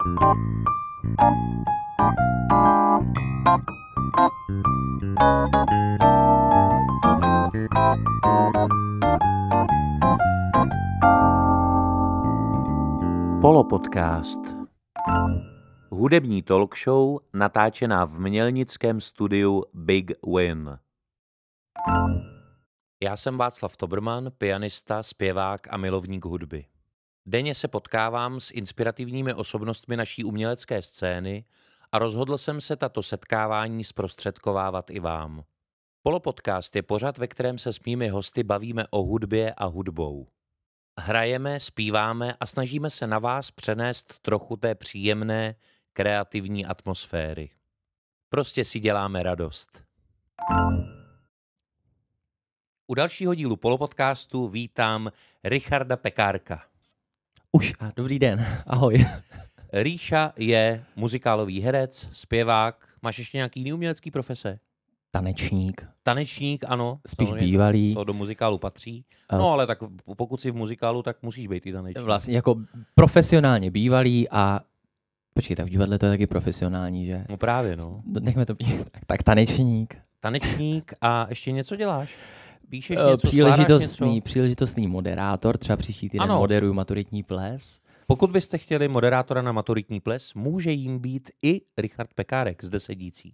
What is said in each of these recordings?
Polopodcast. Hudební talk show natáčená v mělnickém studiu Big Win. Já jsem Václav Toberman, pianista, zpěvák a milovník hudby. Denně se potkávám s inspirativními osobnostmi naší umělecké scény a rozhodl jsem se tato setkávání zprostředkovávat i vám. Polopodcast je pořad, ve kterém se s mými hosty bavíme o hudbě a hudbou. Hrajeme, zpíváme a snažíme se na vás přenést trochu té příjemné, kreativní atmosféry. Prostě si děláme radost. U dalšího dílu Polopodcastu vítám Richarda Pekárka. Dobrý den, ahoj. Ríša je muzikálový herec, zpěvák. Máš ještě nějaký jiný umělecký profese? Tanečník. Tanečník, ano. Spíš bývalý. To do muzikálu patří. No ale tak pokud jsi v muzikálu, tak musíš být i tanečník. Vlastně jako profesionálně bývalý a... Počkej, tak v divadle to je taky profesionální, že? No právě, no. Nechme to být. Tak tanečník. Tanečník a ještě něco děláš? Píšeš něco, příležitostný moderátor, třeba příští týden moderuju maturitní ples. Pokud byste chtěli moderátora na maturitní ples, může jim být i Richard Pekárek zde sedící.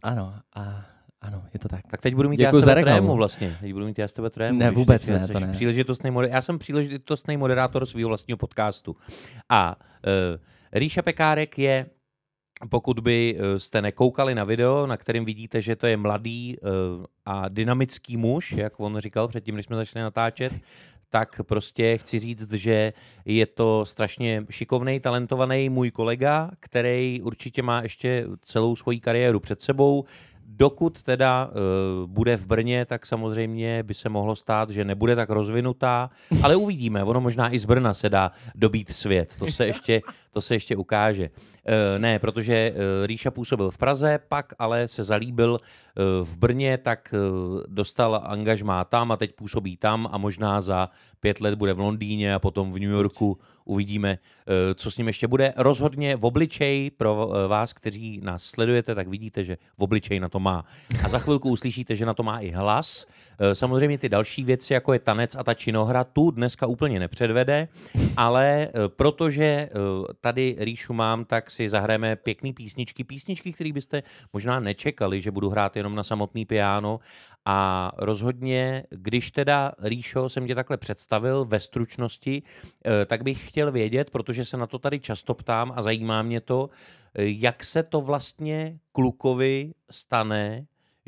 Ano, je to tak. Tak teď budu mít já s tebe trému vlastně. Ne, vůbec ne, to ne. Já jsem příležitostný moderátor svého vlastního podcastu. A Ríša Pekárek je, pokud by jste nekoukali na video, na kterém vidíte, že to je mladý a dynamický muž, jak on říkal předtím, než jsme začali natáčet, tak prostě chci říct, že je to strašně šikovnej, talentovaný můj kolega, který určitě má ještě celou svoji kariéru před sebou. Dokud teda bude v Brně, tak samozřejmě by se mohlo stát, že nebude tak rozvinutá, ale uvidíme, ono možná i z Brna se dá dobít svět, to se ještě ukáže. Ne, protože Ríša působil v Praze, pak ale se zalíbil v Brně, tak dostal angažmá tam a teď působí tam a možná za 5 let bude v Londýně a potom v New Yorku. Uvidíme, co s ním ještě bude. Rozhodně v obličeji, pro vás, kteří nás sledujete, tak vidíte, že v obličeji na to má. A za chvilku uslyšíte, že na to má i hlas. Samozřejmě ty další věci, jako je tanec a ta činohra, tu dneska úplně nepředvede, ale protože tady Ríšu mám, tak si zahrajeme pěkný písničky, které byste možná nečekali, že budu hrát jenom na samotný piano. A rozhodně, když teda, Ríšo, jsem tě takhle představil ve stručnosti, tak bych chtěl vědět, protože se na to tady často ptám a zajímá mě to, jak se to vlastně klukovi stane,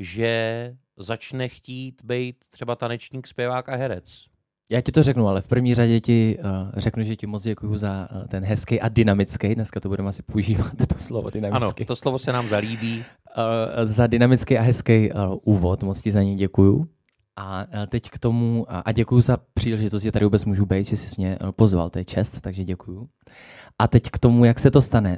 že začne chtít být třeba tanečník, zpěvák a herec. Já ti to řeknu, ale v první řadě ti řeknu, že ti moc děkuju za ten hezký a dynamický, dneska to budeme asi používat, to slovo dynamický. Ano, to slovo se nám zalíbí. Za dynamický a hezký úvod, moc ti za ní děkuju. A teď k tomu, a děkuju za příležitost, že tady vůbec můžu být, že jsi mě pozval, to je čest, takže děkuju. A teď k tomu, jak se to stane.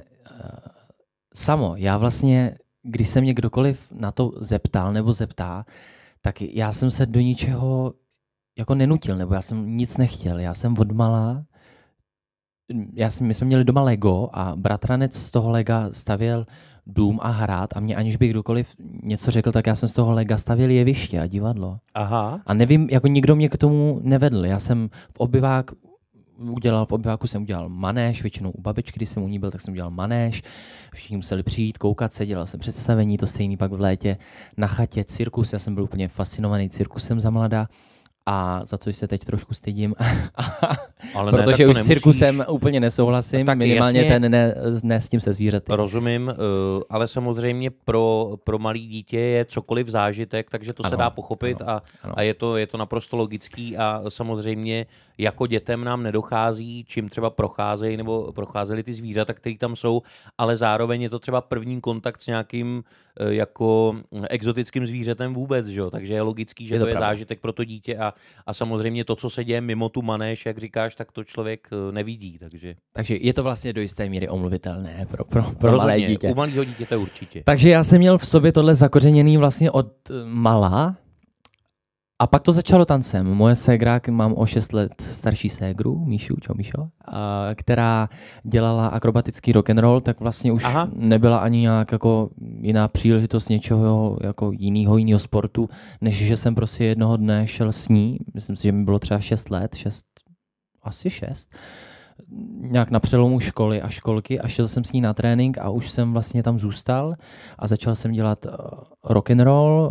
Já vlastně, když se mě kdokoliv na to zeptal nebo zeptá, tak já jsem se do ničeho jako nenutil, nebo já jsem nic nechtěl. Já jsem odmala, my jsme měli doma Lego a bratranec z toho Lega stavěl dům a hrad a mě aniž by kdokoliv něco řekl, tak já jsem z toho Lega stavěl jeviště a divadlo. Aha. A nevím, jako nikdo mě k tomu nevedl. Já jsem v obyváku jsem udělal manéž, většinou u babičky, když jsem u ní byl, tak jsem udělal manéž. Všichni museli přijít, koukat se, dělal jsem představení, to stejný pak v létě na chatě, cirkus, já jsem byl úplně fascinovaný cirkusem za mladá. A za což se teď trošku stydím, protože už s cirkusem úplně nesouhlasím, minimálně jasně, ten ne s tím se zvířaty. Rozumím, ale samozřejmě pro malý dítě je cokoliv zážitek, takže to se dá pochopit a je to naprosto logický a samozřejmě jako dětem nám nedochází, čím třeba procházejí nebo procházely ty zvířata, které tam jsou, ale zároveň je to třeba první kontakt s nějakým jako exotickým zvířetem vůbec, že? Takže je logický, že to je zážitek pro to dítě a samozřejmě to, co se děje mimo tu manéž, jak říkáš, tak to člověk nevidí. Takže je to vlastně do jisté míry omluvitelné pro malé dítě. U malého dítěte určitě. Takže já jsem měl v sobě tohle zakořeněný vlastně od mala A pak to začalo tancem. Moje ségra, mám o 6 let starší ségru, Míšu, čau Míšo, která dělala akrobatický rock and roll, tak vlastně už nebyla ani nějak jako jiná příležitost něčeho jako jiného sportu, než že jsem prostě jednoho dne šel s ní, myslím si, že mi bylo třeba 6 let, asi 6, nějak na přelomu školy a školky a šel jsem s ní na trénink a už jsem vlastně tam zůstal a začal jsem dělat rock and roll.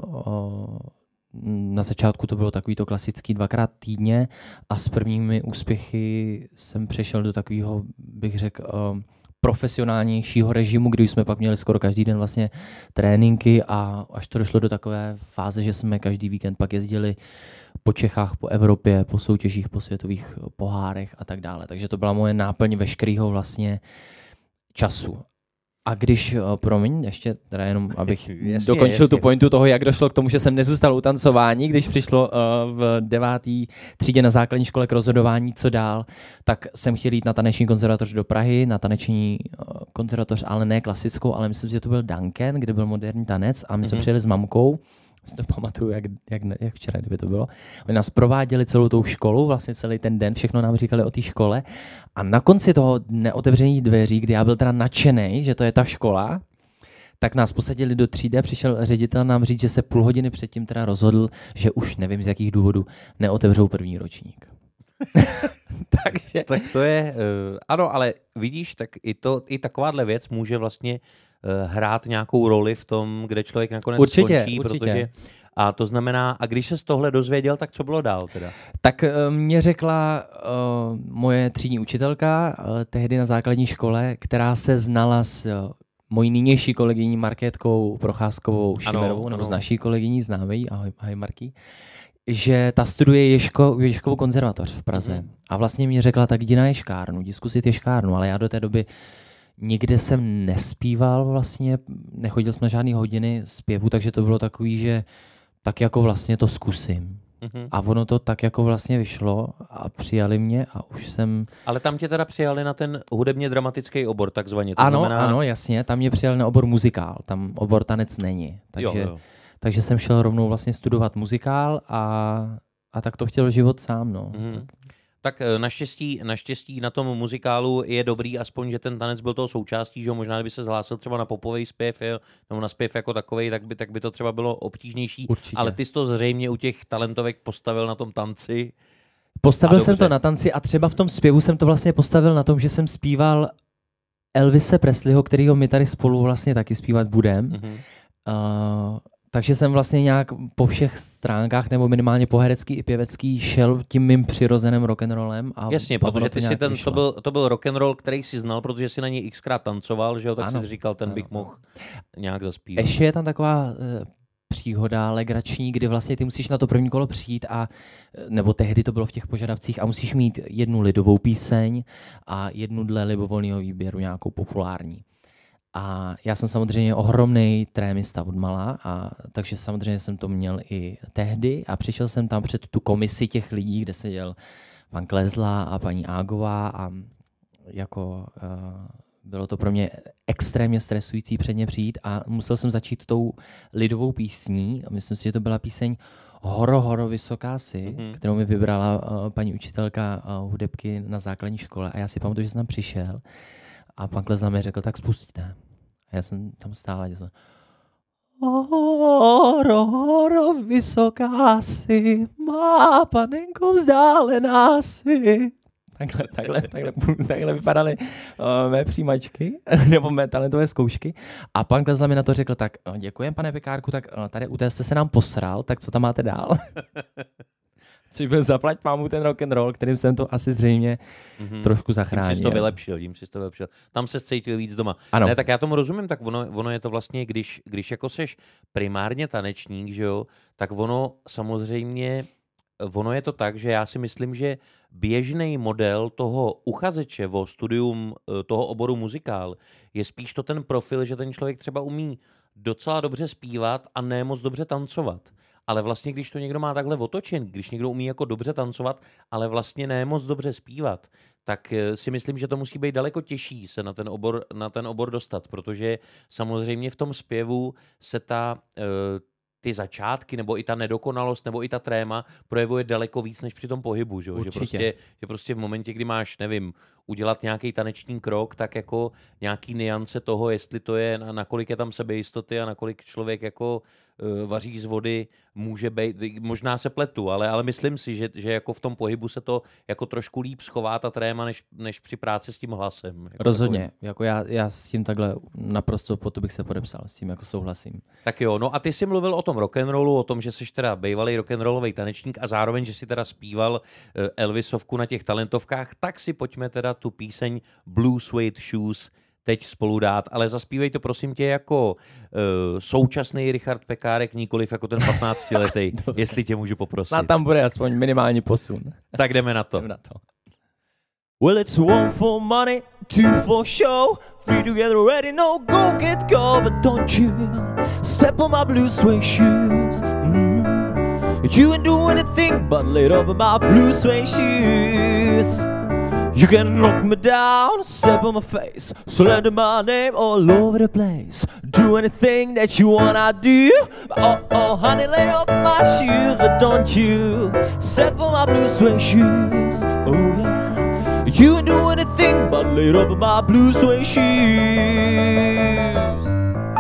Na začátku to bylo takový to klasický 2x týdně a s prvními úspěchy jsem přešel do takového, bych řekl, profesionálnějšího režimu, kdy jsme pak měli skoro každý den vlastně tréninky a až to došlo do takové fáze, že jsme každý víkend pak jezdili po Čechách, po Evropě, po soutěžích, po světových pohárech a tak dále. Takže to byla moje náplň veškerého vlastně času. A když, promiň, ještě teda jenom, abych dokončil tu pointu toho, jak došlo k tomu, že jsem nezůstal u tancování, když přišlo v 9. třídě na základní škole k rozhodování, co dál, tak jsem chtěl jít na taneční konzervatoř do Prahy, na taneční konzervatoř, ale ne klasickou, ale myslím, že to byl Duncan, kde byl moderní tanec a my jsme přijeli s mamkou. Si to pamatuju, jak včera, kdyby to bylo. Oni nás prováděli celou tou školu, vlastně celý ten den, všechno nám říkali o té škole. A na konci toho dne otevřených dveří, kdy já byl teda nadšenej, že to je ta škola, tak nás posadili do třídy a přišel ředitel nám říct, že se půl hodiny předtím teda rozhodl, že už nevím z jakých důvodů neotevřou první ročník. Takže... Tak to je, ano, ale vidíš, tak i takováhle věc může vlastně hrát nějakou roli v tom, kde člověk nakonec skončí, protože a to znamená, a když se z tohle dozvěděl, tak co bylo dál teda? Tak mě řekla moje třídní učitelka tehdy na základní škole, která se znala s mojí nynější kolegyní Markétkou Procházkovou Šimerovou, nebo s naší kolegyní, známe ji, ahoj Marky, že ta studuje Ježkovou konzervatoř v Praze. A vlastně mě řekla, tak jdi na ješkárnu, jdi zkusit ješkárnu, ale já do té doby nikde jsem nespíval vlastně, nechodil jsem na žádný hodiny zpěvu, takže to bylo takový, že tak jako vlastně to zkusím. A ono to tak jako vlastně vyšlo a přijali mě a už jsem... Ale tam tě teda přijali na ten hudebně dramatický obor takzvaně. Ano, jasně, tam mě přijali na obor muzikál, tam obor tanec není. Takže jsem šel rovnou vlastně studovat muzikál a tak to chtěl život sám, no. Tak naštěstí na tom muzikálu je dobrý, aspoň, že ten tanec byl toho součástí, že možná kdyby se zhlásil třeba na popový zpěv, nebo na zpěv jako takovej, tak by to třeba bylo obtížnější. Určitě. Ale ty jsi to zřejmě u těch talentovek postavil na tom tanci. Postavil jsem to na tanci a třeba v tom zpěvu jsem to vlastně postavil na tom, že jsem zpíval Elvise Presleyho, kterýho my tady spolu vlastně taky zpívat budem. Takže jsem vlastně nějak po všech stránkách, nebo minimálně po herecký i pěvecký, šel tím mým přirozeným rock'n'rollem. Jasně, protože ty si to byl rock'n'roll, který jsi znal, protože si na něj xkrát tancoval, že jo, tak jsi říkal, ten bych mohl nějak zaspívat. Ještě je tam taková příhoda legrační, kdy vlastně ty musíš na to první kolo přijít nebo tehdy to bylo v těch požadavcích a musíš mít jednu lidovou píseň a jednu dle libovolného výběru nějakou populární. A já jsem samozřejmě ohromnej trémista odmala, takže samozřejmě jsem to měl i tehdy a přišel jsem tam před tu komisi těch lidí, kde seděl pan Klezla a paní Ágová a jako bylo to pro mě extrémně stresující před ně přijít a musel jsem začít tou lidovou písní a myslím si, že to byla píseň Horo vysoká si, kterou mi vybrala paní učitelka hudebky na základní škole a já si pamatuju, že jsem tam přišel a pan Klezla mi řekl, tak spustíte. A já jsem tam stál a dělal Horo vysoká si, má panenko vzdálená si. Takhle vypadaly mé přijímačky, nebo mé talentové zkoušky. A pan Klezla mi na to řekl, tak děkujem, pane Pekárku, tak tady u té jste se nám posral, tak co tam máte dál? Což byl zaplať mámu ten rock'n'roll, kterým jsem to asi zřejmě trošku zachránil. Tím jsi to vylepšil. Tam se cítil víc doma. Ano. Ne, tak já tomu rozumím, tak ono je to vlastně, když jako seš primárně tanečník, že jo, tak ono je to tak, že já si myslím, že běžný model toho uchazeče o studium toho oboru muzikál je spíš to ten profil, že ten člověk třeba umí docela dobře zpívat a ne moc dobře tancovat. Ale vlastně, když to někdo má takhle otočen, když někdo umí jako dobře tancovat, ale vlastně ne moc dobře zpívat, tak si myslím, že to musí být daleko těžší se na ten obor dostat, protože samozřejmě v tom zpěvu se ty začátky, nebo i ta nedokonalost, nebo i ta tréma projevuje daleko víc než při tom pohybu, že? Že prostě v momentě, kdy máš, nevím, udělat nějaký taneční krok, tak jako nějaký niance toho, jestli to je, nakolik je tam sebejistoty a nakolik člověk jako vaří z vody, může být, možná se pletu, ale myslím si, že jako v tom pohybu se to jako trošku líp schová ta tréma, než při práci s tím hlasem. Jako rozhodně, takovým. jako já s tím takhle naprosto po to bych se podepsal, s tím jako souhlasím. Tak jo, no a ty jsi mluvil o tom rock'n'rollu, o tom, že jsi teda bývalý rock'n'rollový tanečník a zároveň, že si teda zpíval Elvisovku na těch talentovkách, tak si pojďme teda tu píseň Blue Suede Shoes teď spolu dát, ale zaspívej to prosím tě jako současný Richard Pekárek, nikoliv jako ten 15letý, jestli tě můžu poprosit. Snad tam bude aspoň minimální posun. Tak jdeme na to. Well, it's one for money, two for show. Three together ready, no, go get go. But don't you step on my blue suede shoes. You ain't do anything but lay up in my blue suede shoes. You can knock me down, step on my face, slander my name all over the place. Do anything that you wanna do. Oh, honey, lay up my shoes, but don't you step on my blue suede shoes. Oh yeah, you ain't do anything but lay up in my blue suede shoes.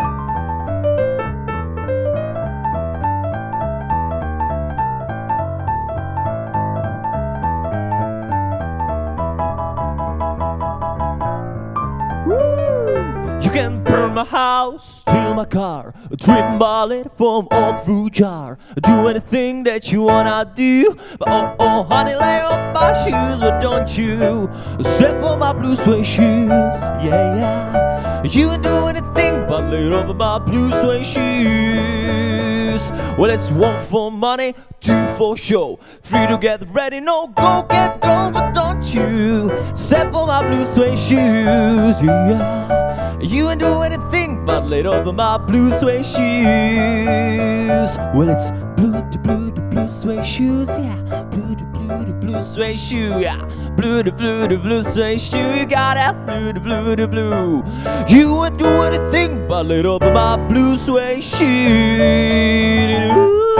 You can burn my house, steal my car, drink my lid from all through jar. Do anything that you wanna do. But oh, honey, lay up my shoes, but don't you step on my blue suede shoes. Yeah. You ain't do anything but lay up in my blue suede shoes. Well, it's one for money, two for show. Three to get ready, no, go get go. But don't you step on my blue suede shoes. Yeah. You ain't do anything but laid up in my blue suede shoes. Well, it's blue suede shoes, yeah. Blue suede shoe, yeah. Blue suede shoe. You got that blue. You ain't do anything but laid up in my blue suede shoes.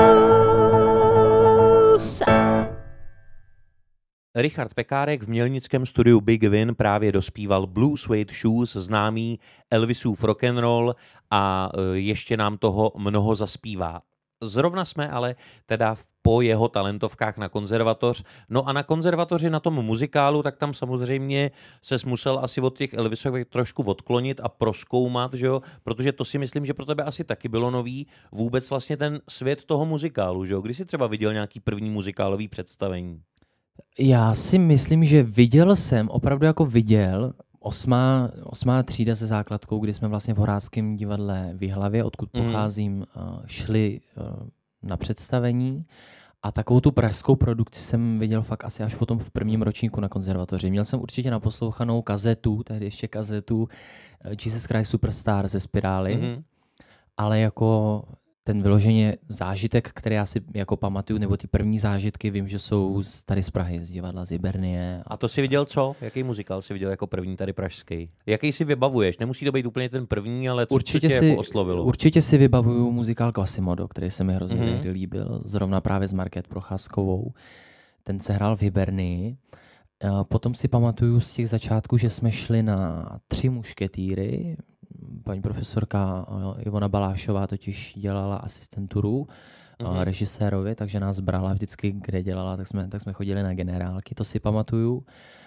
Richard Pekárek v mělnickém studiu Big Win právě dospíval Blue Suede Shoes, známý Elvisův rock'n'roll a ještě nám toho mnoho zaspívá. Zrovna jsme ale teda po jeho talentovkách na konzervatoř. No a na konzervatoři na tom muzikálu, tak tam samozřejmě ses musel asi od těch Elvisových trošku odklonit a prozkoumat, že jo? Protože to si myslím, že pro tebe asi taky bylo nový vůbec vlastně ten svět toho muzikálu, že jo? Kdy jsi třeba viděl nějaký první muzikálový představení? Já si myslím, že opravdu jako viděl, osmá třída se základkou, kdy jsme vlastně v Horáckém divadle v Jihlavě, odkud pocházím, šli na představení a takovou tu pražskou produkci jsem viděl fakt asi až potom v prvním ročníku na konzervatoři. Měl jsem určitě naposlouchanou kazetu, tehdy ještě kazetu Jesus Christ Superstar ze Spirály, ale jako ten vyloženě zážitek, který já si jako pamatuju, nebo ty první zážitky, vím, že jsou tady z Prahy, z divadla z Hibernie. A to si viděl co? Jaký muzikál si viděl jako první tady pražský? Jaký si vybavuješ? Nemusí to být úplně ten první, ale co tě jako oslovilo? Určitě si vybavuju muzikál Quasimodo, který se mi hrozně tehdy líbil, zrovna právě s Markétou Procházkovou. Ten se hrál v Hibernii. Potom si pamatuju z těch začátků, že jsme šli na 3 mušketýry. Paní profesorka Ivona Balášová totiž dělala asistenturu režisérovi, takže nás brala vždycky, kde dělala, tak jsme chodili na generálky, to si pamatuju.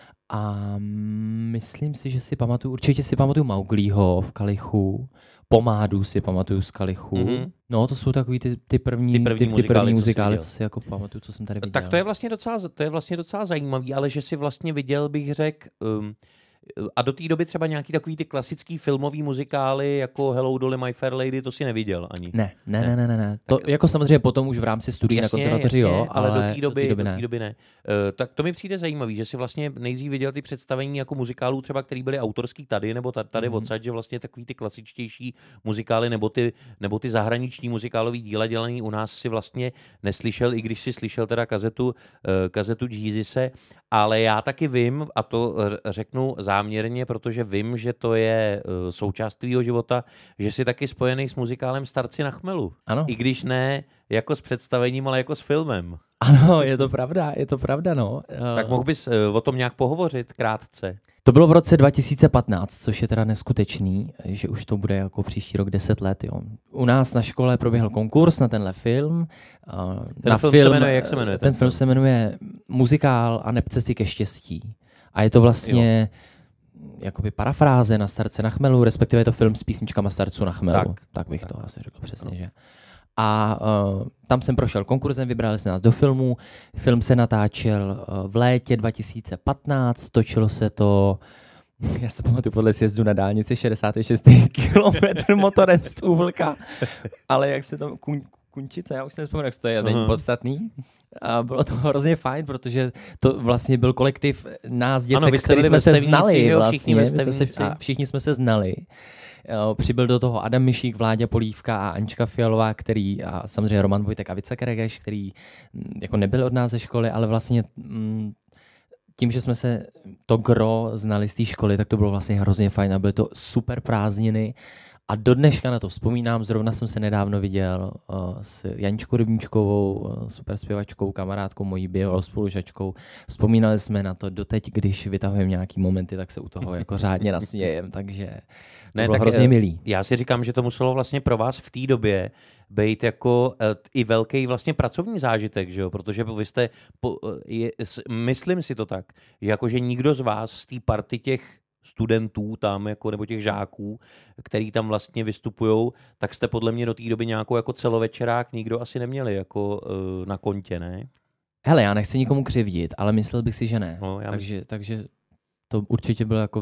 A myslím si, že určitě si pamatuju Mauglího v Kalichu, Pomádu si pamatuju z Kalichu. No, to jsou takový ty první muzikály, co si jako pamatuju, co jsem tady viděl. Tak to je vlastně docela zajímavý, ale že si vlastně viděl, bych řekl, a do té doby třeba nějaký takový ty klasický filmový muzikály jako Hello Dolly, My Fair Lady, to si neviděl ani. Ne. To jako samozřejmě potom už v rámci studií na konzervatoři, jo, ale do té doby ne. Tak to mi přijde zajímavý, že si vlastně nejdřív viděl ty představení jako muzikálů třeba, který byly autorský tady nebo tady odsaď, že vlastně takový ty klasičtější muzikály nebo ty zahraniční muzikálový díla dělaný u nás si vlastně neslyšel, i když si slyšel teda kazetu Jeezuse, ale já taky vím, a to řeknu zároveň záměrně, protože vím, že to je součást tvýho života, že jsi taky spojený s muzikálem Starci na chmelu. Ano. I když ne jako s představením, ale jako s filmem. Ano, je to pravda, no. Tak mohl bys o tom nějak pohovořit krátce? To bylo v roce 2015, což je teda neskutečný, že už to bude jako příští rok 10 let. Jo. U nás na škole proběhl konkurs na tenhle film. Ten film se jmenuje, jak se jmenuje? Ten film se jmenuje Muzikál a neb cesty ke štěstí. A je to vlastně jakoby parafráze na Starce na chmelu, respektive je to film s písničkama Starců na chmelu. Tak bych to asi řekl přesně, že. A tam jsem prošel konkurzem, vybrali se nás do filmu. Film se natáčel v létě 2015, točilo se to, já se pamatuju podle sjezdu na dálnici 66 km motorem z Tůvlka, ale jak se to Kunčice, já už si nespomínám, jak se to je, není podstatný. A bylo to hrozně fajn, protože to vlastně byl kolektiv nás děcek, který jsme se znali vlastně. Všichni jsme se znali. Přibyl do toho Adam Mišík, Vláďa Polívka a Ančka Fialová, který, a samozřejmě Roman Vojtek a Vica Keregeš, který jako nebyli od nás ze školy, ale vlastně tím, že jsme se to gro znali z té školy, tak to bylo vlastně hrozně fajn a byly to super prázdniny. A do dneška na to vzpomínám, zrovna jsem se nedávno viděl s Janičkou Rybníčkovou, super zpěvačkou, kamarádkou, mojí bývalou spolužačkou. Vzpomínali jsme na to doteď, když vytahujeme nějaký momenty, tak se u toho jako řádně nasmějem, takže to bylo hrozně milý. Já si říkám, že to muselo vlastně pro vás v té době být jako i velký vlastně pracovní zážitek, že jo? Protože vy jste, myslím si to tak, že jakože nikdo z vás z té party těch studentů tam, jako, nebo těch žáků, který tam vlastně vystupujou, tak jste podle mě do té doby nějakou jako celovečerák nikdo asi neměli jako na kontě, ne? Hele, já nechci nikomu křivdit, ale myslel bych si, že ne. No, takže to určitě byl jako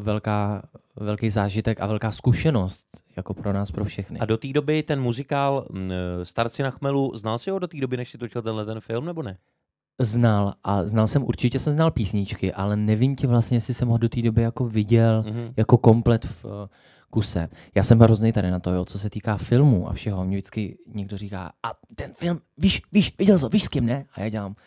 velký zážitek a velká zkušenost jako pro nás, pro všechny. A do té doby ten muzikál Starci na chmelu, znal jsi ho do té doby, než si točil ten film, nebo ne? Znal určitě jsem znal písničky, ale nevím ti vlastně, jestli jsem ho do té doby jako viděl jako komplet v kuse. Já jsem hrozný tady na to, jo, co se týká filmu a všeho. Mě vždycky někdo říká, a ten film, víš, viděl jsi, víš s kým, ne? A já dělám,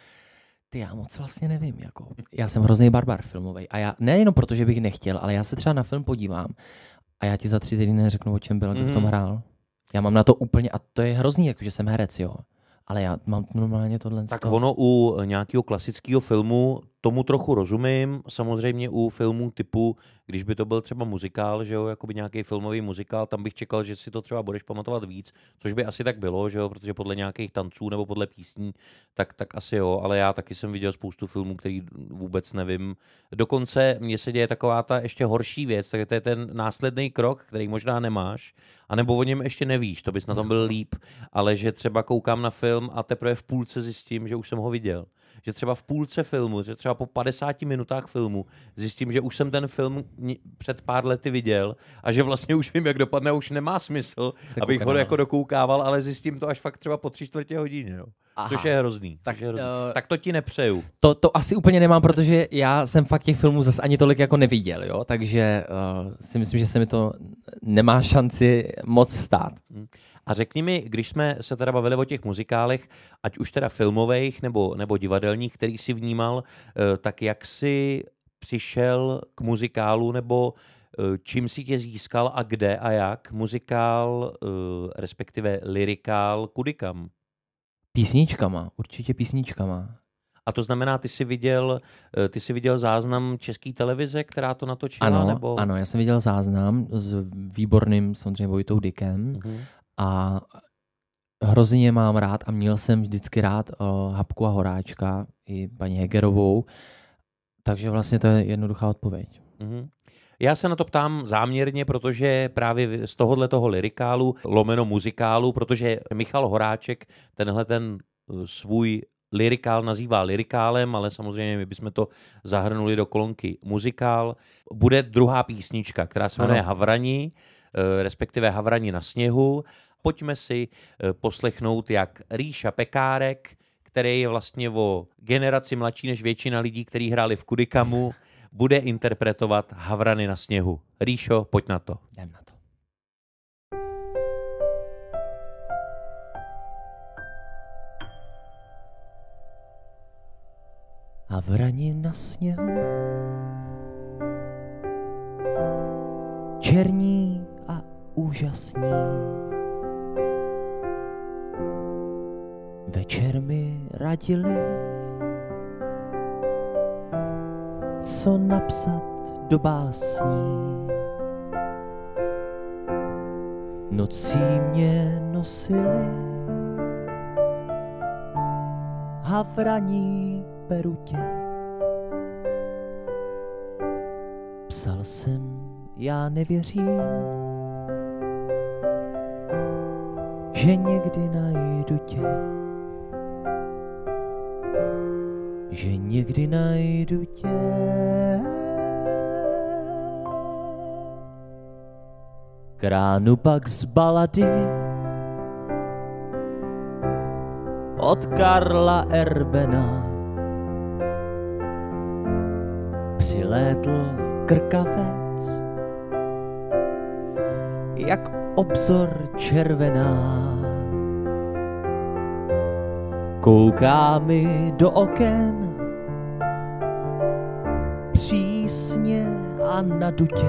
já moc vlastně nevím, jako. Já jsem hrozný barbar filmovej. A já nejenom proto, že bych nechtěl, ale já se třeba na film podívám a já ti za 3 týdny neřeknu, o čem byl, kdo v tom hrál. Já mám na to úplně, a to je hrozný, jako, že jsem herec, jo. Ale já mám normálně tohle. Tak ono u nějakého klasického filmu tomu trochu rozumím. Samozřejmě u filmů typu, když by to byl třeba muzikál, že jo, jakoby nějaký filmový muzikál, tam bych čekal, že si to třeba budeš pamatovat víc, což by asi tak bylo, že jo, protože podle nějakých tanců nebo podle písní, tak asi jo, ale já taky jsem viděl spoustu filmů, který vůbec nevím. Dokonce mně se děje taková ta ještě horší věc, tak to je ten následný krok, který možná nemáš, anebo o něm ještě nevíš, to bys na tom byl líp, ale že třeba koukám na film a teprve v půlce zjistím, že už jsem ho viděl. Že třeba v půlce filmu, že třeba po 50 minutách filmu zjistím, že už jsem ten film před pár lety viděl a že vlastně už vím, jak dopadne, už nemá smysl, abych ho jako dokoukával, ale zjistím to až fakt třeba po 3/4 hodině. Jo. Což je hrozný. Tak to ti nepřeju. To asi úplně nemám, protože já jsem fakt těch filmů zase ani tolik jako neviděl, jo? Takže si myslím, že se mi to nemá šanci moc stát. A řekni mi, když jsme se teda bavili o těch muzikálech, ať už teda filmových nebo divadelních, který jsi vnímal, tak jak jsi přišel k muzikálu, nebo čím jsi tě získal a kde a jak muzikál, respektive lyrikál, kudy kam? Písničkama, určitě písničkama. A to znamená, ty jsi viděl záznam České televize, která to natočila? Ano, já jsem viděl záznam s výborným samozřejmě Vojtou Dykem. A hrozně mám rád a měl jsem vždycky rád Habku a Horáčka i paní Hegerovou, takže vlastně to je jednoduchá odpověď. Já se na to ptám záměrně, protože právě z tohoto lyrikálu, lomeno muzikálu, protože Michal Horáček tenhle ten svůj lyrikál nazývá lyrikálem, ale samozřejmě my bychom to zahrnuli do kolonky muzikál. Bude druhá písnička, která se jmenuje Havrani, respektive Havrani na sněhu. Pojďme si poslechnout, jak Ríša Pekárek, který je vlastně o generaci mladší než většina lidí, kteří hráli v Kudikamu, bude interpretovat Havrany na sněhu. Ríšo, pojď na to. Jdem na to. Havrani na sněhu Večerní a úžasní. Večer mi radili, co napsat do básní. Nocí mě nosili havraní perutě. Psal jsem, já nevěřím, že někdy najdu tě. Že někdy najdu tě. Kránu pak z balady od Karla Erbena přilétl krkavec jak obzor červená. Kouká mi do oken přísně a nadutě.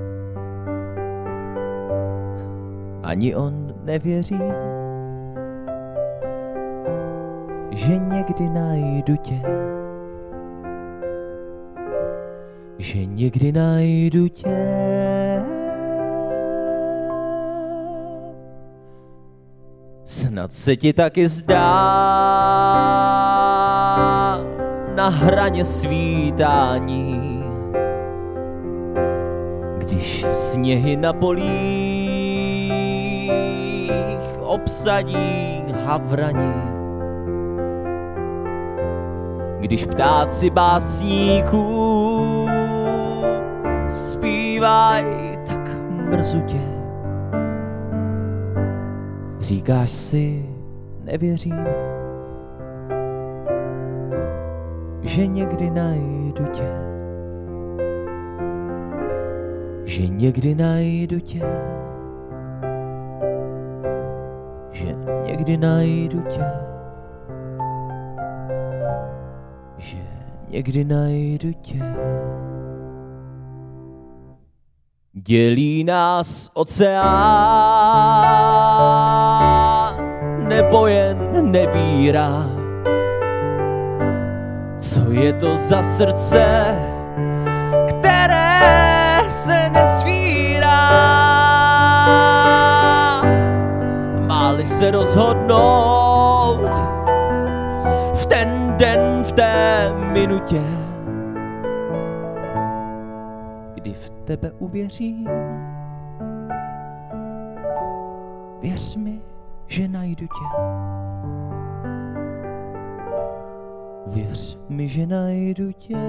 Ani on nevěří, že někdy najdu tě. Že někdy najdu tě. Snad se ti taky zdá na hraně svítání, když sněhy na polích obsadí havrani, když ptáci básníků zpívají tak mrzutě. Říkáš si, nevěřím, že někdy najdu tě. Že někdy najdu tě. Že někdy najdu tě. Že někdy najdu tě. Dělí nás oceán, nebo jen nevíra. Co je to za srdce, které se nesvírá? Má-li se rozhodnout v ten den, v té minutě, kdy v tebe uvěřím, věř mi, že najdu tě. Věř mi, že najdu tě.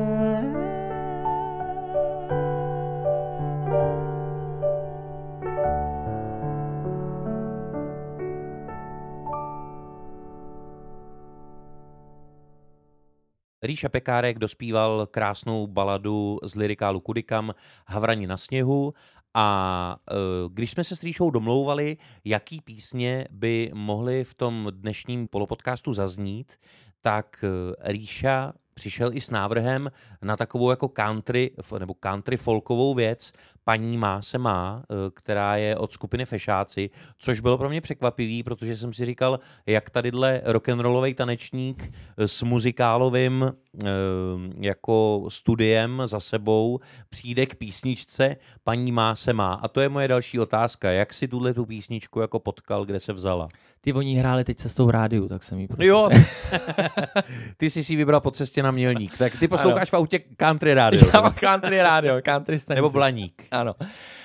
Ríša Pekárek dospíval krásnou baladu z lyrikálu Kudikam Havrani na sněhu. A když jsme se s Ríšou domlouvali, jaký písně by mohly v tom dnešním polopodcastu zaznít, tak Ríša přišel i s návrhem na takovou jako country folkovou věc Paní má se má, která je od skupiny Fešáci, což bylo pro mě překvapivý, protože jsem si říkal, jak tadyhle rock'n'rollovej tanečník s muzikálovým jako studiem za sebou přijde k písničce Paní má se má. A to je moje další otázka. Jak si tu písničku jako potkal, kde se vzala? Ty oni hráli teď cestou v rádiu, tak jsem jí prostě... Jo, ty jsi si vybral po cestě na Mělník. Tak ty posloucháš v autě country rádio. Já mám country rádio, country stanici. Nebo Blaník. Ano.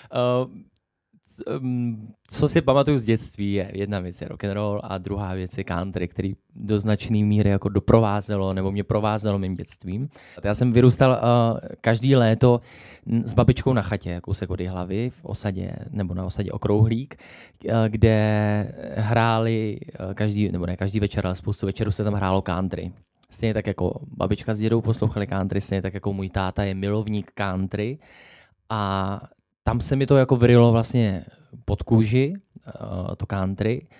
Co si pamatuju z dětství je jedna věc je rock'n'roll a druhá věc je country, který do značné míry jako doprovázelo nebo mě provázelo mým dětstvím. Já jsem vyrůstal každý léto s babičkou na chatě, kousek od Jihlavy v osadě nebo na osadě Okrouhlík, kde hráli každý večer, ale spoustu večerů se tam hrálo country. Stejně tak jako babička s dědou poslouchali country, stejně tak jako můj táta je milovník country a tam se mi to jako vrylo vlastně pod kůži, to country.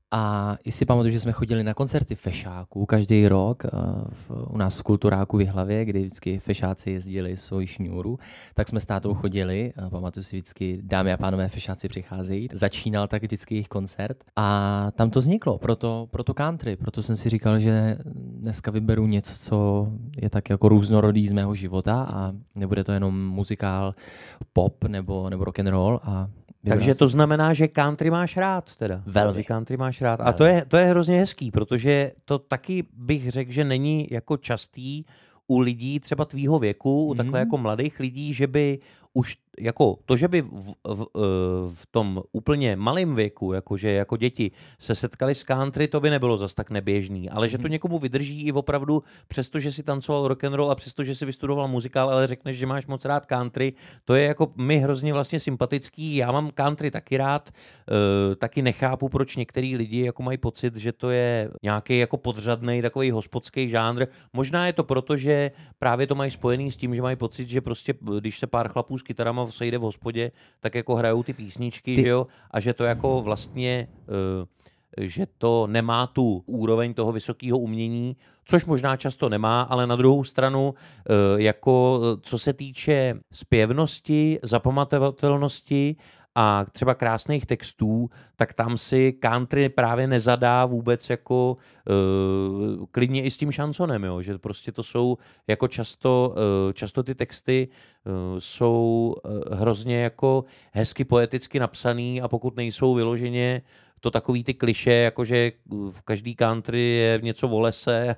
A i si pamatuju, že jsme chodili na koncerty fešáků každý rok u nás v Kulturáku v Jihlavě, kdy vždycky fešáci jezdili svoji šňůru, tak jsme s tátou chodili, pamatuju si vždycky, dámy a pánové, fešáci přicházejí. Začínal tak vždycky jejich koncert a tam to vzniklo, proto country, proto jsem si říkal, že dneska vyberu něco, co je tak jako různorodý z mého života a nebude to jenom muzikál, pop nebo rock and roll. Takže to znamená, že country máš rád teda. Velmi. Country máš rád. A to je hrozně hezký, protože to taky bych řekl, že není jako častý u lidí třeba tvýho věku, u takhle jako mladých lidí, že by už jako to, že by v tom úplně malém věku, jakože jako děti se setkali s country, to by nebylo zas tak neběžný, ale že to někomu vydrží i opravdu, přestože si tancoval rock and roll a přestože si vystudoval muzikál, ale řekneš, že máš moc rád country, to je jako mi hrozně vlastně sympatický. Já mám country taky rád, taky nechápu, proč některý lidi jako mají pocit, že to je nějaký jako podřadnej takový hospodský žánr. Možná je to proto, že právě to mají spojený s tím, že mají pocit, že prostě když se pár chlapů s kytarama sejde v hospodě, tak jako hrajou ty písničky, že jo? A že to jako vlastně, že to nemá tu úroveň toho vysokého umění, což možná často nemá, ale na druhou stranu, jako co se týče zpěvnosti, zapamatovatelnosti a třeba krásných textů, tak tam si country právě nezadá vůbec jako klidně i s tím šansonem, jo? Že prostě to jsou jako často ty texty jsou hrozně jako hezky poeticky napsaný a pokud nejsou vyloženě to takový ty klišé, jakože v každý country je něco o lese,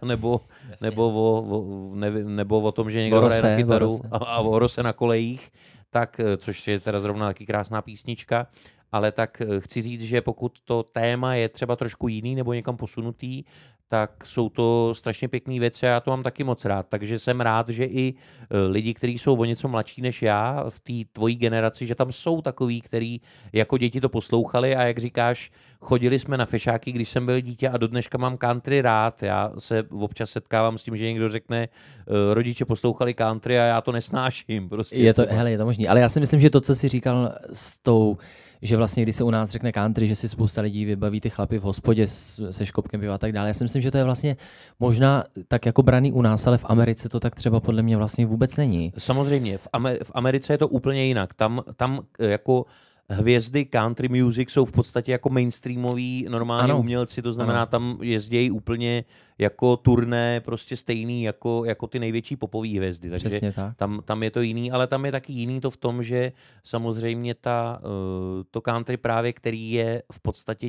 nebo o tom, že někdo hraje na kytaru a o rose na kolejích, tak, což je teda zrovna taky krásná písnička, ale tak chci říct, že pokud to téma je třeba trošku jiný nebo někam posunutý, tak jsou to strašně pěkný věci a já to mám taky moc rád. Takže jsem rád, že i lidi, kteří jsou o něco mladší než já v té tvojí generaci, že tam jsou takový, kteří jako děti to poslouchali a jak říkáš, chodili jsme na fešáky, když jsem byl dítě a do dneška mám country rád. Já se občas setkávám s tím, že někdo řekne, rodiče poslouchali country a já to nesnáším. Prostě je to možný. Ale já si myslím, že to, co jsi říkal s tou, že vlastně, když se u nás řekne country, že si spousta lidí vybaví ty chlapy v hospodě se škopkem piva a tak dále. Já si myslím, že to je vlastně možná tak jako braný u nás, ale v Americe to tak třeba podle mě vlastně vůbec není. Samozřejmě, v Americe je to úplně jinak. Tam jako hvězdy country music jsou v podstatě jako mainstreamoví normální umělci, to znamená, tam jezdí úplně jako turné, prostě stejný jako ty největší popové hvězdy. Takže tam je to jiný, ale tam je taky jiný to v tom, že samozřejmě to country právě, který je v podstatě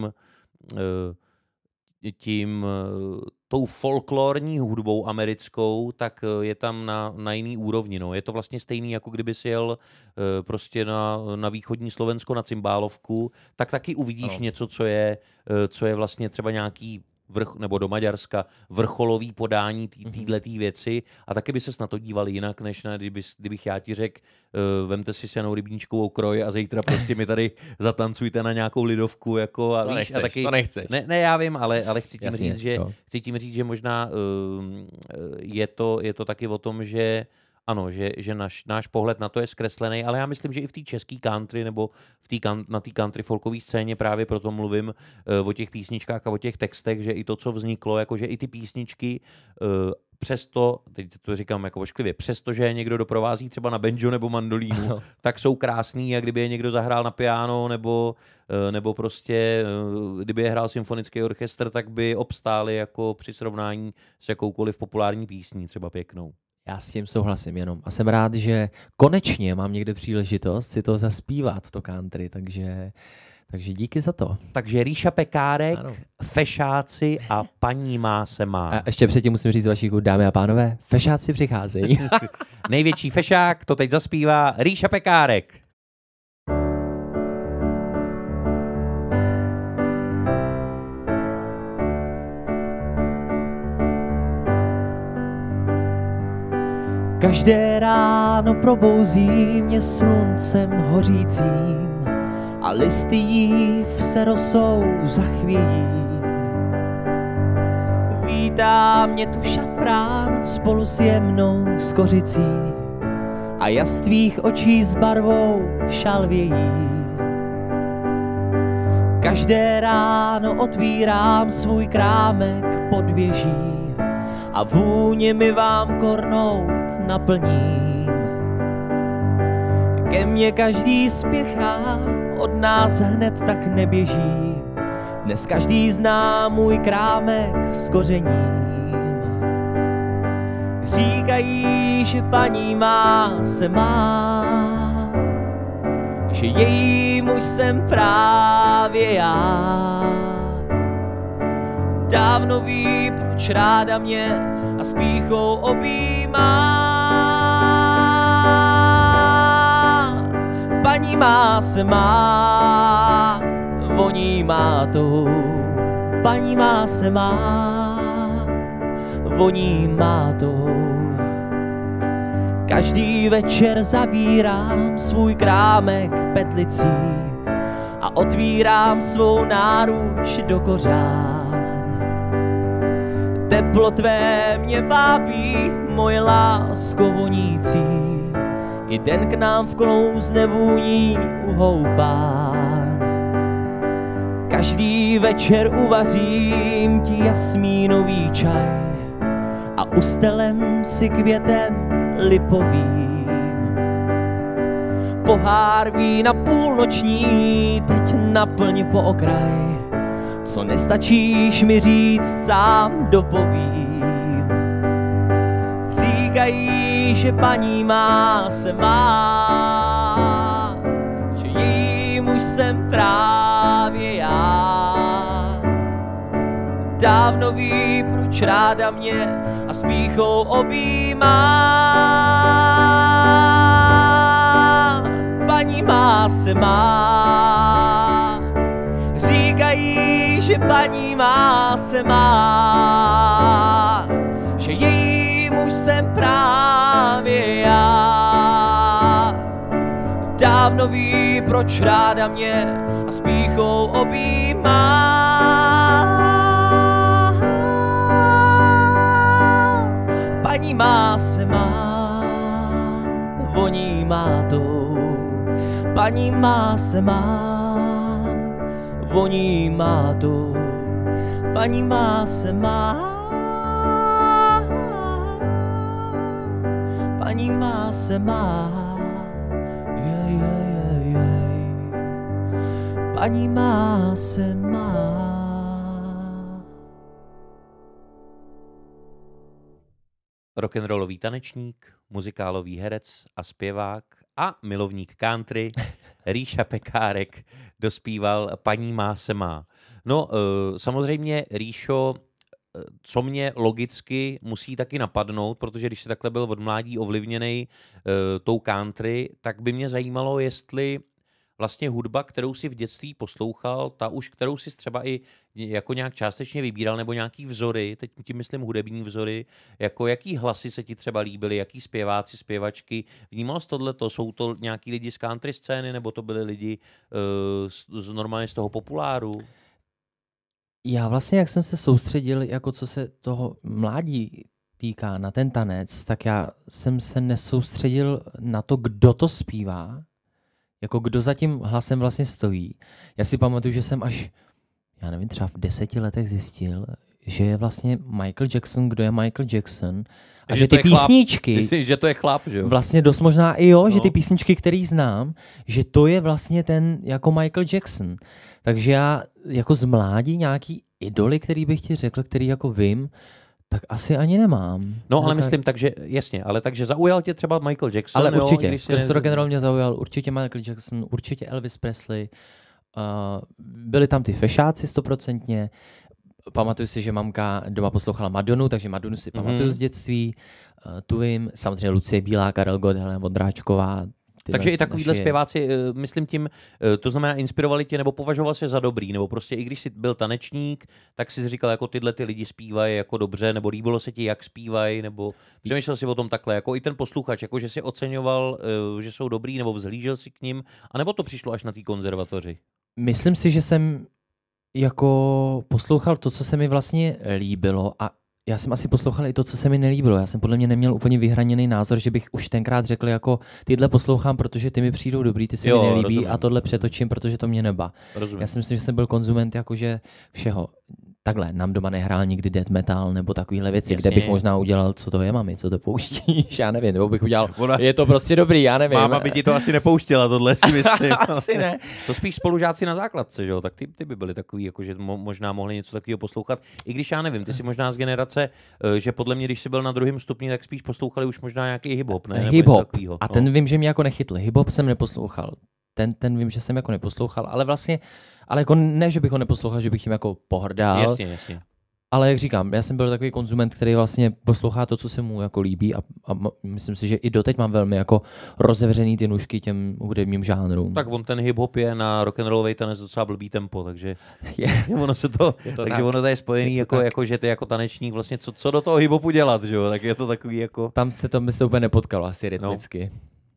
tou folklorní hudbou americkou, tak je tam na jiný úrovni. No. Je to vlastně stejný, jako kdyby si jel prostě na východní Slovensko na cymbálovku, tak taky uvidíš něco, co je vlastně třeba nějaký nebo do Maďarska vrcholový podání téhletý věci a taky by ses na to díval jinak, než kdybych já ti řekl, vemte si senou rybníčkovou kroj a zítra prostě mi tady zatancujte na nějakou lidovku. Jako, to nechceš. Ne, já vím, ale chci tím říct, že možná je to taky o tom, že ano, že náš pohled na to je zkreslený, ale já myslím, že i v té české country nebo na té country folkové scéně právě proto mluvím o těch písničkách a o těch textech, že i to, co vzniklo, jakože i ty písničky přesto, teď to říkám jako ošklivě, přestože je někdo doprovází třeba na banjo nebo mandolínu, tak jsou krásný, jak kdyby je někdo zahrál na piano nebo prostě, kdyby je hrál symfonický orchestr, tak by obstáli jako při srovnání s jakoukoliv populární písní, třeba pěknou. Já s tím souhlasím jenom. A jsem rád, že konečně mám někde příležitost si to zaspívat, to country, takže díky za to. Takže Ríša Pekárek, fešáci a paní má se má. A ještě předtím musím říct vašich dámy a pánové, fešáci přicházejí. Největší fešák to teď zaspívá Ríša Pekárek. Každé ráno probouzí mě sluncem hořícím a listy jív se rosou zachvějí. Vítá mě tu šafrán spolu s jemnou skořicí a jas tvých očí s barvou šalvějí. Každé ráno otvírám svůj krámek pod věží a vůněmi vám kornout naplním. Ke mně každý spěchá, od nás hned tak neběží. Dnes každý zná můj krámek s kořením. Říkají, že paní má se má, že její muž jsem právě já. Dávno ví, proč ráda mě a s pýchou objímá. Paní má se má, voní má to. Paní má se má, voní má to. Každý večer zavírám svůj krámek petlicí a otvírám svou náruč do kořán. Teplo tvé mě vábí, moje lásko vonící, i den k nám vklouzne vůní uhoupán. Každý večer uvařím ti jasmínový čaj a ustelem si květem lipovým. Pohár vína půlnoční teď naplň po okraj, co nestačíš mi říct, sám dopovím. Říkají, že paní má se má, že její muž jsem právě já. Dávno ví, proč ráda mě a s pýchou objímá. Paní má se má, říkají, že paní má se má, že její muž jsem právě já. Dávno ví, proč ráda mě a s pýchou objímá. Paní má se má, voní má to. Paní má se má, voní má to. Paní má se má, paní má se má, paní má se má. Rock'n'rollový tanečník, muzikálový herec a zpěvák a milovník country Ríša Pekárek dospíval Paní má se má. No, samozřejmě, Ríšo, co mě logicky musí taky napadnout, protože když jsi takhle byl od mládí ovlivněnej tou country, tak by mě zajímalo, jestli vlastně hudba, kterou si v dětství poslouchal, ta už, kterou si třeba i jako nějak částečně vybíral, nebo nějaký vzory, teď tím myslím hudební vzory, jako jaký hlasy se ti třeba líbily, jaký zpěváci, zpěvačky, vnímal jsi tohleto, jsou to nějaký lidi z country scény, nebo to byli lidi normálně z toho populáru? Já vlastně, jak jsem se soustředil, jako co se toho mládí týká na ten tanec, tak já jsem se nesoustředil na to, kdo to zpívá, jako kdo za tím hlasem vlastně stojí. Já si pamatuju, že jsem až, já nevím, třeba v 10 letech zjistil, že je vlastně Michael Jackson, kdo je Michael Jackson. A že ty písničky... Myslíš, že to je chlap, že jo? Vlastně dost možná i jo, že ty písničky, který znám, že to je vlastně ten jako Michael Jackson. Takže já jako z mládí nějaký idoly, který bych ti řekl, který jako vím, tak asi ani nemám. No, ale myslím, takže jasně, ale takže zaujal tě třeba Michael Jackson. Ale určitě, skrz rock'n'roll mě zaujal určitě Michael Jackson, určitě Elvis Presley. Byli tam ty fešáci 100%. Pamatuju si, že mamka doma poslouchala Madonu, takže Madonu si pamatuju z dětství. Tu vím, samozřejmě Lucie Bílá, Karel Gott, Helena Vondráčková. Takže i takovýhle zpěváci, myslím tím, to znamená inspirovali tě nebo považoval se za dobrý, nebo prostě i když jsi byl tanečník, tak jsi říkal, jako tyhle ty lidi zpívají jako dobře, nebo líbilo se ti, jak zpívají, nebo přemýšlel si o tom takhle, jako i ten posluchač, jako že si oceňoval, že jsou dobrý, nebo vzhlížel si k nim, anebo to přišlo až na té konzervatoři? Myslím si, že jsem jako poslouchal to, co se mi vlastně líbilo a já jsem asi poslouchal i to, co se mi nelíbilo. Já jsem podle mě neměl úplně vyhraněný názor, že bych už tenkrát řekl jako tyhle poslouchám, protože ty mi přijdou dobrý, ty se mi nelíbí rozumím. a tohle přetočím, protože to mě neba. Rozumím. Já si myslím, že jsem byl konzument jakože všeho. Takhle, nám doma nehrál nikdy death metal nebo takovýhle věci, Jasně. kde bych možná udělal, co to je, mami, co to pouštíš, já nevím, nebo bych udělal, je to prostě dobrý, já nevím. Máma by ti to asi nepouštěla, tohle si myslím. Asi ne. To spíš spolužáci na základce, že jo? Tak ty by byli takový, jako že možná mohli něco takového poslouchat. I když já nevím, ty jsi možná z generace, že podle mě, když jsi byl na druhém stupni, tak spíš poslouchali už možná nějaký hip-hop, ne? Hip-hop. A ten vím, že mě jako nechytl. Hip-hop jsem neposlouchal. Ten vím, že jsem jako neposlouchal, ale vlastně, ale jako ne, že bych ho neposlouchal, že bych tím jako pohrdal. Jasně. Ale jak říkám, já jsem byl takový konzument, který vlastně poslouchá to, co se mu jako líbí a myslím si, že i doteď mám velmi jako rozevřený ty nůžky těm hudebním žánrům. Tak on ten hip-hop je na rock'n'rollovej tanec docela blbý tempo, takže ono se to, takže ono to je spojený jako že ty jako tanečník vlastně co do toho hip-hopu dělat, že jo? Tak je to takový jako... Tam by se úplně nepotkalo asi rytmicky.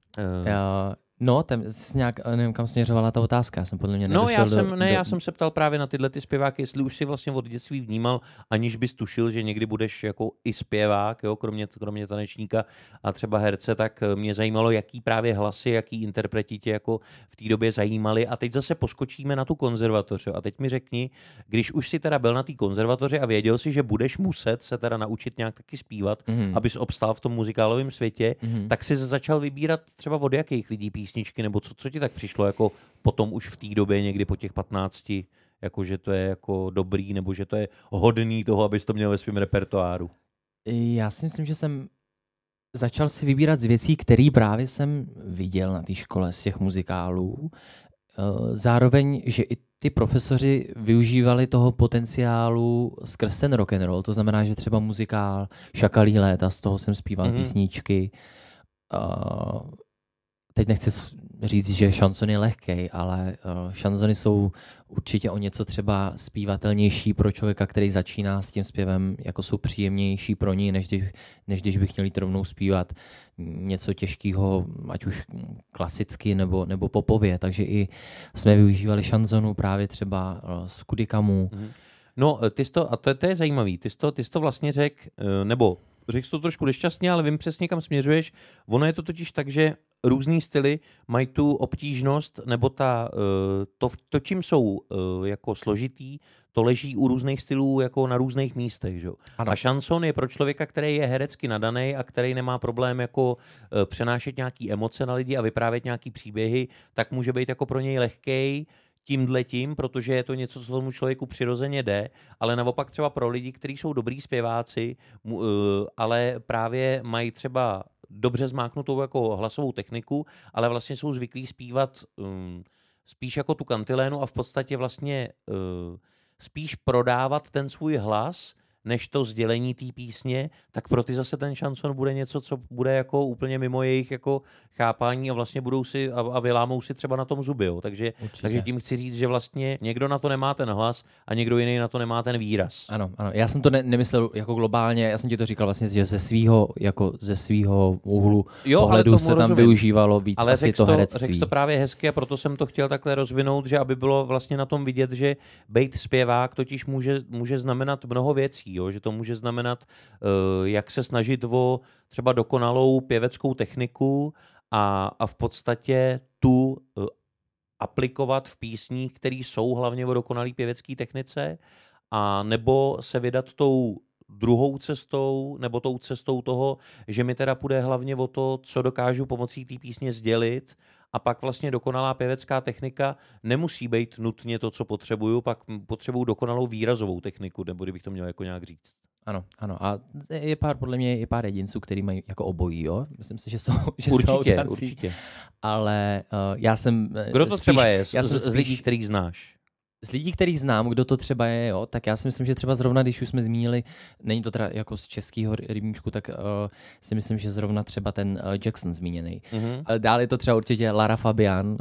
No, tam nějak, nevím, kam směřovala ta otázka, já jsem podle mě nedošel já jsem se ptal právě na tyhle ty zpěváky, jestli už si vlastně od dětství vnímal, aniž bys tušil, že někdy budeš jako i zpěvák, jo, kromě tanečníka a třeba herce, tak mě zajímalo, jaký právě hlasy, jaký interpreti tě jako v té době zajímali. A teď zase poskočíme na tu konzervatoř. A teď mi řekni, když už si teda byl na té konzervatoři a věděl si, že budeš muset se teda naučit nějak taky zpívat, abys obstál v tom muzikálovém světě, tak si začal vybírat třeba od jakých lidí písničky, nebo co ti tak přišlo jako potom už v té době někdy po těch 15, jako že to je jako dobrý, nebo že to je hodný toho, abys to měl ve svém repertoáru? Já si myslím, že jsem začal si vybírat z věcí, které právě jsem viděl na té škole z těch muzikálů. Zároveň, že i ty profesoři využívali toho potenciálu skrz ten rock'n'roll, to znamená, že třeba muzikál Šakalí léta, z toho jsem zpíval písničky. Teď nechci říct, že šanson je lehkej, ale šansony jsou určitě o něco třeba zpívatelnější pro člověka, který začíná s tím zpěvem, jako jsou příjemnější pro ní, než když bych měl jít rovnou zpívat něco těžkého, ať už klasicky nebo popově. Takže i jsme využívali šansonu právě třeba z Kudikamů. No, to je zajímavý. Ty jsi to vlastně řekl, nebo řekl to trošku nešťastně, ale vím přesně, kam směřuješ. Ono je to totiž tak, že různý styly mají tu obtížnost, nebo to, čím jsou jako složitý, to leží u různých stylů jako na různých místech. Že? A šanson je pro člověka, který je herecky nadaný a který nemá problém jako přenášet nějaký emoce na lidi a vyprávět nějaký příběhy, tak může být jako pro něj lehkej tímhletím, protože je to něco, co tomu člověku přirozeně jde, ale naopak třeba pro lidi, kteří jsou dobrý zpěváci, ale právě mají třeba dobře zmáknutou jako hlasovou techniku, ale vlastně jsou zvyklí zpívat spíš jako tu kantilénu a v podstatě vlastně spíš prodávat ten svůj hlas, než to sdělení té písně, tak pro ty zase ten šanson bude něco, co bude jako úplně mimo jejich jako chápání a vlastně budou si a vylámou si třeba na tom zuby. Jo. Takže tím chci říct, že vlastně někdo na to nemá ten hlas a někdo jiný na to nemá ten výraz. Ano. Já jsem to nemyslel jako globálně, já jsem ti to říkal vlastně, že ze svýho úhlu pohledu se tam využívalo víc ale asi to herectví. Řekl to právě hezky a proto jsem to chtěl takhle rozvinout, že aby bylo vlastně na tom vidět, že bejt zpěvák totiž může znamenat mnoho věcí. Jo? Že to může znamenat, jak se snažit o třeba dokonalou pěveckou techniku a v podstatě tu aplikovat v písních, které jsou hlavně o dokonalý pěvecké technice, a nebo se vydat tou druhou cestou, nebo tou cestou toho, že mi teda půjde hlavně o to, co dokážu pomocí té písně sdělit, a pak vlastně dokonalá pěvecká technika nemusí být nutně to, co potřebuju, pak potřebuju dokonalou výrazovou techniku, nebo kdybych to měl jako nějak říct. Ano. A podle mě je pár jedinců, který mají jako obojí, jo? Myslím si, že jsou určitě. Ale já jsem kdo to spíš, třeba je z lidí, který znáš? Z lidí, který znám, kdo to třeba je, jo, tak já si myslím, že třeba zrovna, když už jsme zmínili, není to teda jako z českého rybníčku, tak si myslím, že zrovna třeba ten Jackson zmíněný. Ale dál je to třeba určitě Lara Fabian,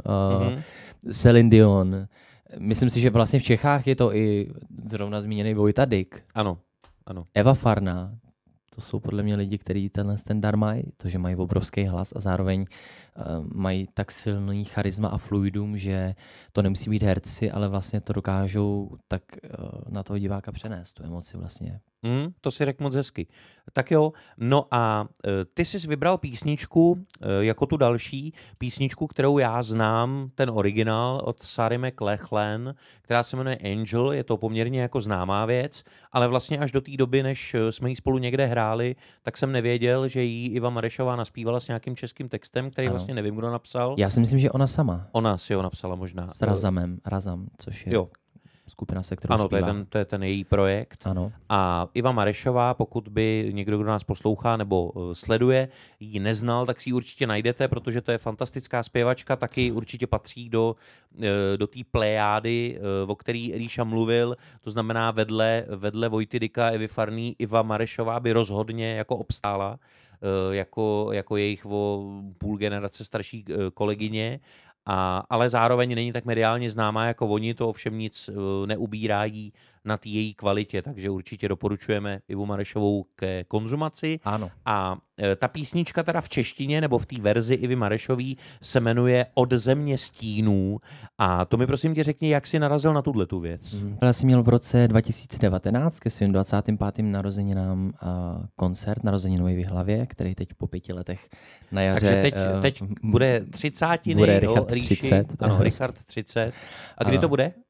Celine Dion. Myslím si, že vlastně v Čechách je to i zrovna zmíněný Vojta Dyk. Ano. Eva Farná. To jsou podle mě lidi, kteří ten dar mají, to, že mají obrovský hlas a zároveň mají tak silný charisma a fluidum, že to nemusí být herci, ale vlastně to dokážou tak na toho diváka přenést, tu emoci vlastně. To si řekl moc hezky. Tak jo, no a ty jsi vybral písničku jako tu další, písničku, kterou já znám, ten originál od Sarah McLachlan, která se jmenuje Angel, je to poměrně jako známá věc, ale vlastně až do té doby, než jsme ji spolu někde hráli, tak jsem nevěděl, že ji Iva Marešová naspívala s nějakým českým textem, který vlastně nevím, kdo napsal. Já si myslím, že ona sama. Ona si ho napsala možná. S Razam, což je... Jo. Skupina, se kterou zpívá. Ano, to je ten její projekt. Ano. A Iva Marešová, pokud by někdo, kdo nás poslouchá nebo sleduje, ji neznal, tak si ji určitě najdete, protože to je fantastická zpěvačka, taky určitě patří do té plejády, o který Ríša mluvil. To znamená vedle Vojty Dyka, Evy Farný, Iva Marešová by rozhodně jako obstála, jako jejich o půl generace starší kolegyně. Ale zároveň není tak mediálně známá jako oni, to ovšem nic neubírá jí na té její kvalitě, takže určitě doporučujeme Ivu Marešovou ke konzumaci. Ano. A ta písnička teda v češtině nebo v té verzi Ivy Marešový se jmenuje Od země stínů a to mi prosím tě řekni, jak jsi narazil na tu věc. Já jsem měl v roce 2019 ke svým 25. narozeninám koncert Narozeninový v Jihlavě, který teď po 5 letech na jaře... Takže teď bude 30. Bude Richard 30. Ano, Richard 30. A kdy to bude?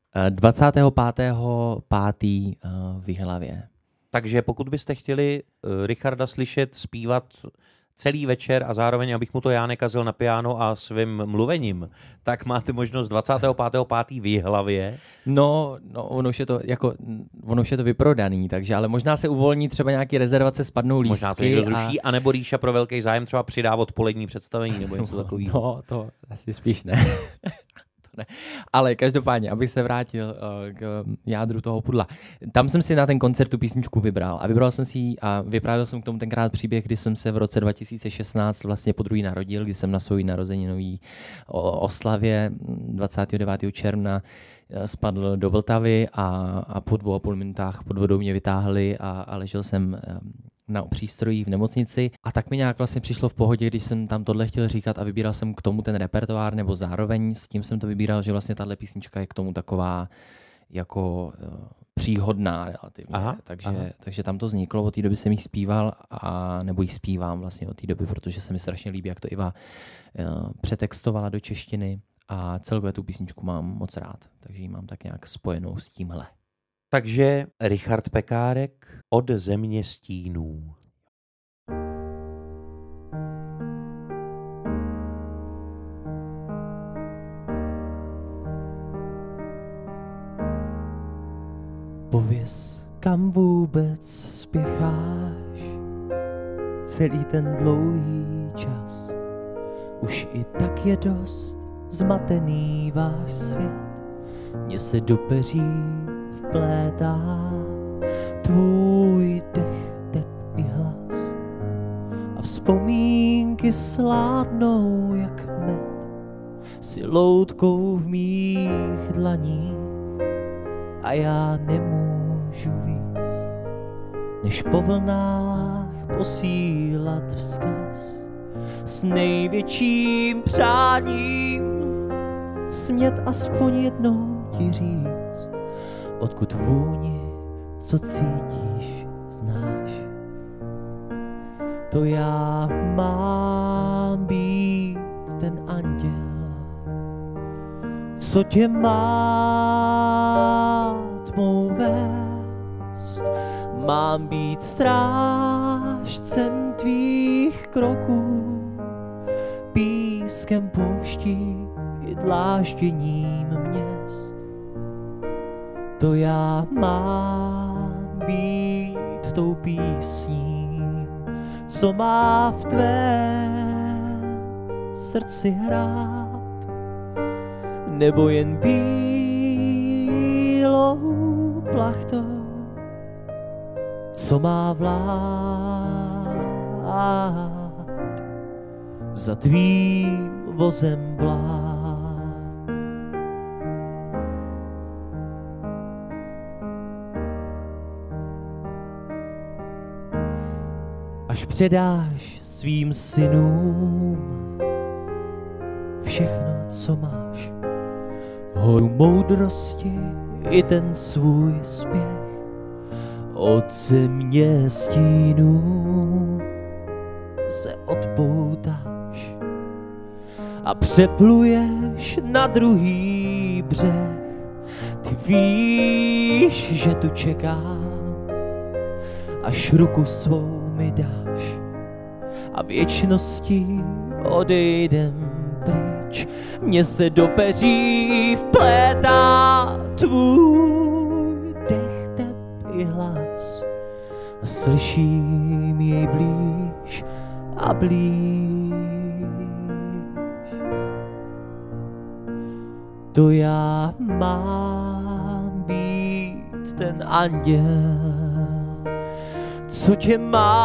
25.5. v Jihlavě. Takže pokud byste chtěli Richarda slyšet zpívat celý večer a zároveň, abych mu to já nekazil na piano a svým mluvením, tak máte možnost 25.5. v Jihlavě. No, ono už je to vyprodaný, takže, ale možná se uvolní třeba nějaký rezervace, spadnou lístky. Možná to někdo zruší, anebo Ríša pro velký zájem třeba přidá odpolední představení nebo něco takového. No, to asi spíš ne. Ne. Ale každopádně, abych se vrátil k jádru toho pudla. Tam jsem si na ten koncert tu písničku vybral. A vybral jsem si ji a vyprávěl jsem k tomu tenkrát příběh, kdy jsem se v roce 2016 vlastně podruhý narodil, kdy jsem na svou narozeninový oslavě 29. června spadl do Vltavy a po 2,5 minutách pod vodou mě vytáhli a ležel jsem na přístroji v nemocnici a tak mi nějak vlastně přišlo v pohodě, když jsem tam tohle chtěl říkat a vybíral jsem k tomu ten repertoár, nebo zároveň s tím jsem to vybíral, že vlastně tahle písnička je k tomu taková jako příhodná relativně. Takže tam to vzniklo, od té doby jsem jí zpíval nebo jí zpívám vlastně od té doby, protože se mi strašně líbí, jak to Iva přetextovala do češtiny a celkově tu písničku mám moc rád, takže ji mám tak nějak spojenou s tímhle. Takže Richard Pekárek Od země stínů. Pověz, kam vůbec spěcháš, celý ten dlouhý čas. Už i tak je dost zmatený váš svět, mně se do peří vplétá tvůj dech, tep i hlas a vzpomínky sládnou jak med si loutkou v mých dlaních a já nemůžu víc, než po vlnách posílat vzkaz s největším přáním smět aspoň jednou ti říct, odkud vůni, co cítíš, znáš. To já mám být ten anděl, co tě má tmou vést. Mám být strážcem tvých kroků, pískem pouští i dlážděním měst. To já mám být tou písní, co má v tvém srdci hrát, nebo jen bílou plachtou, co má vlád za tvým vozem vlád. až předáš svým synům všechno, co máš, horu moudrosti i ten svůj spěch. Od země stínů se odpoutáš a přepluješ na druhý břeh. Ty víš, že tu čekám, až ruku svou mi dáš a věčností odejdem pryč. Mně se do peří vplétá tvůj dech, tep i hlas a slyším jej blíž a blíž. To já mám být ten anděl, co tě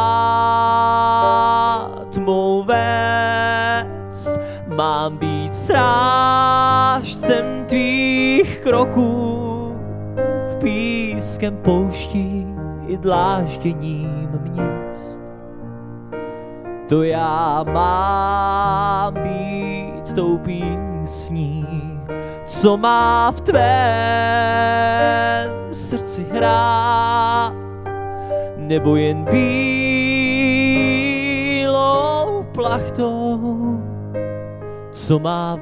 má tmou vést. Mám být strážcem tvých kroků, pískem pouští i dlážděním měst. To já mám být tou písní, co má v tvém srdci hrát, nebo jen bílou plachtou, co má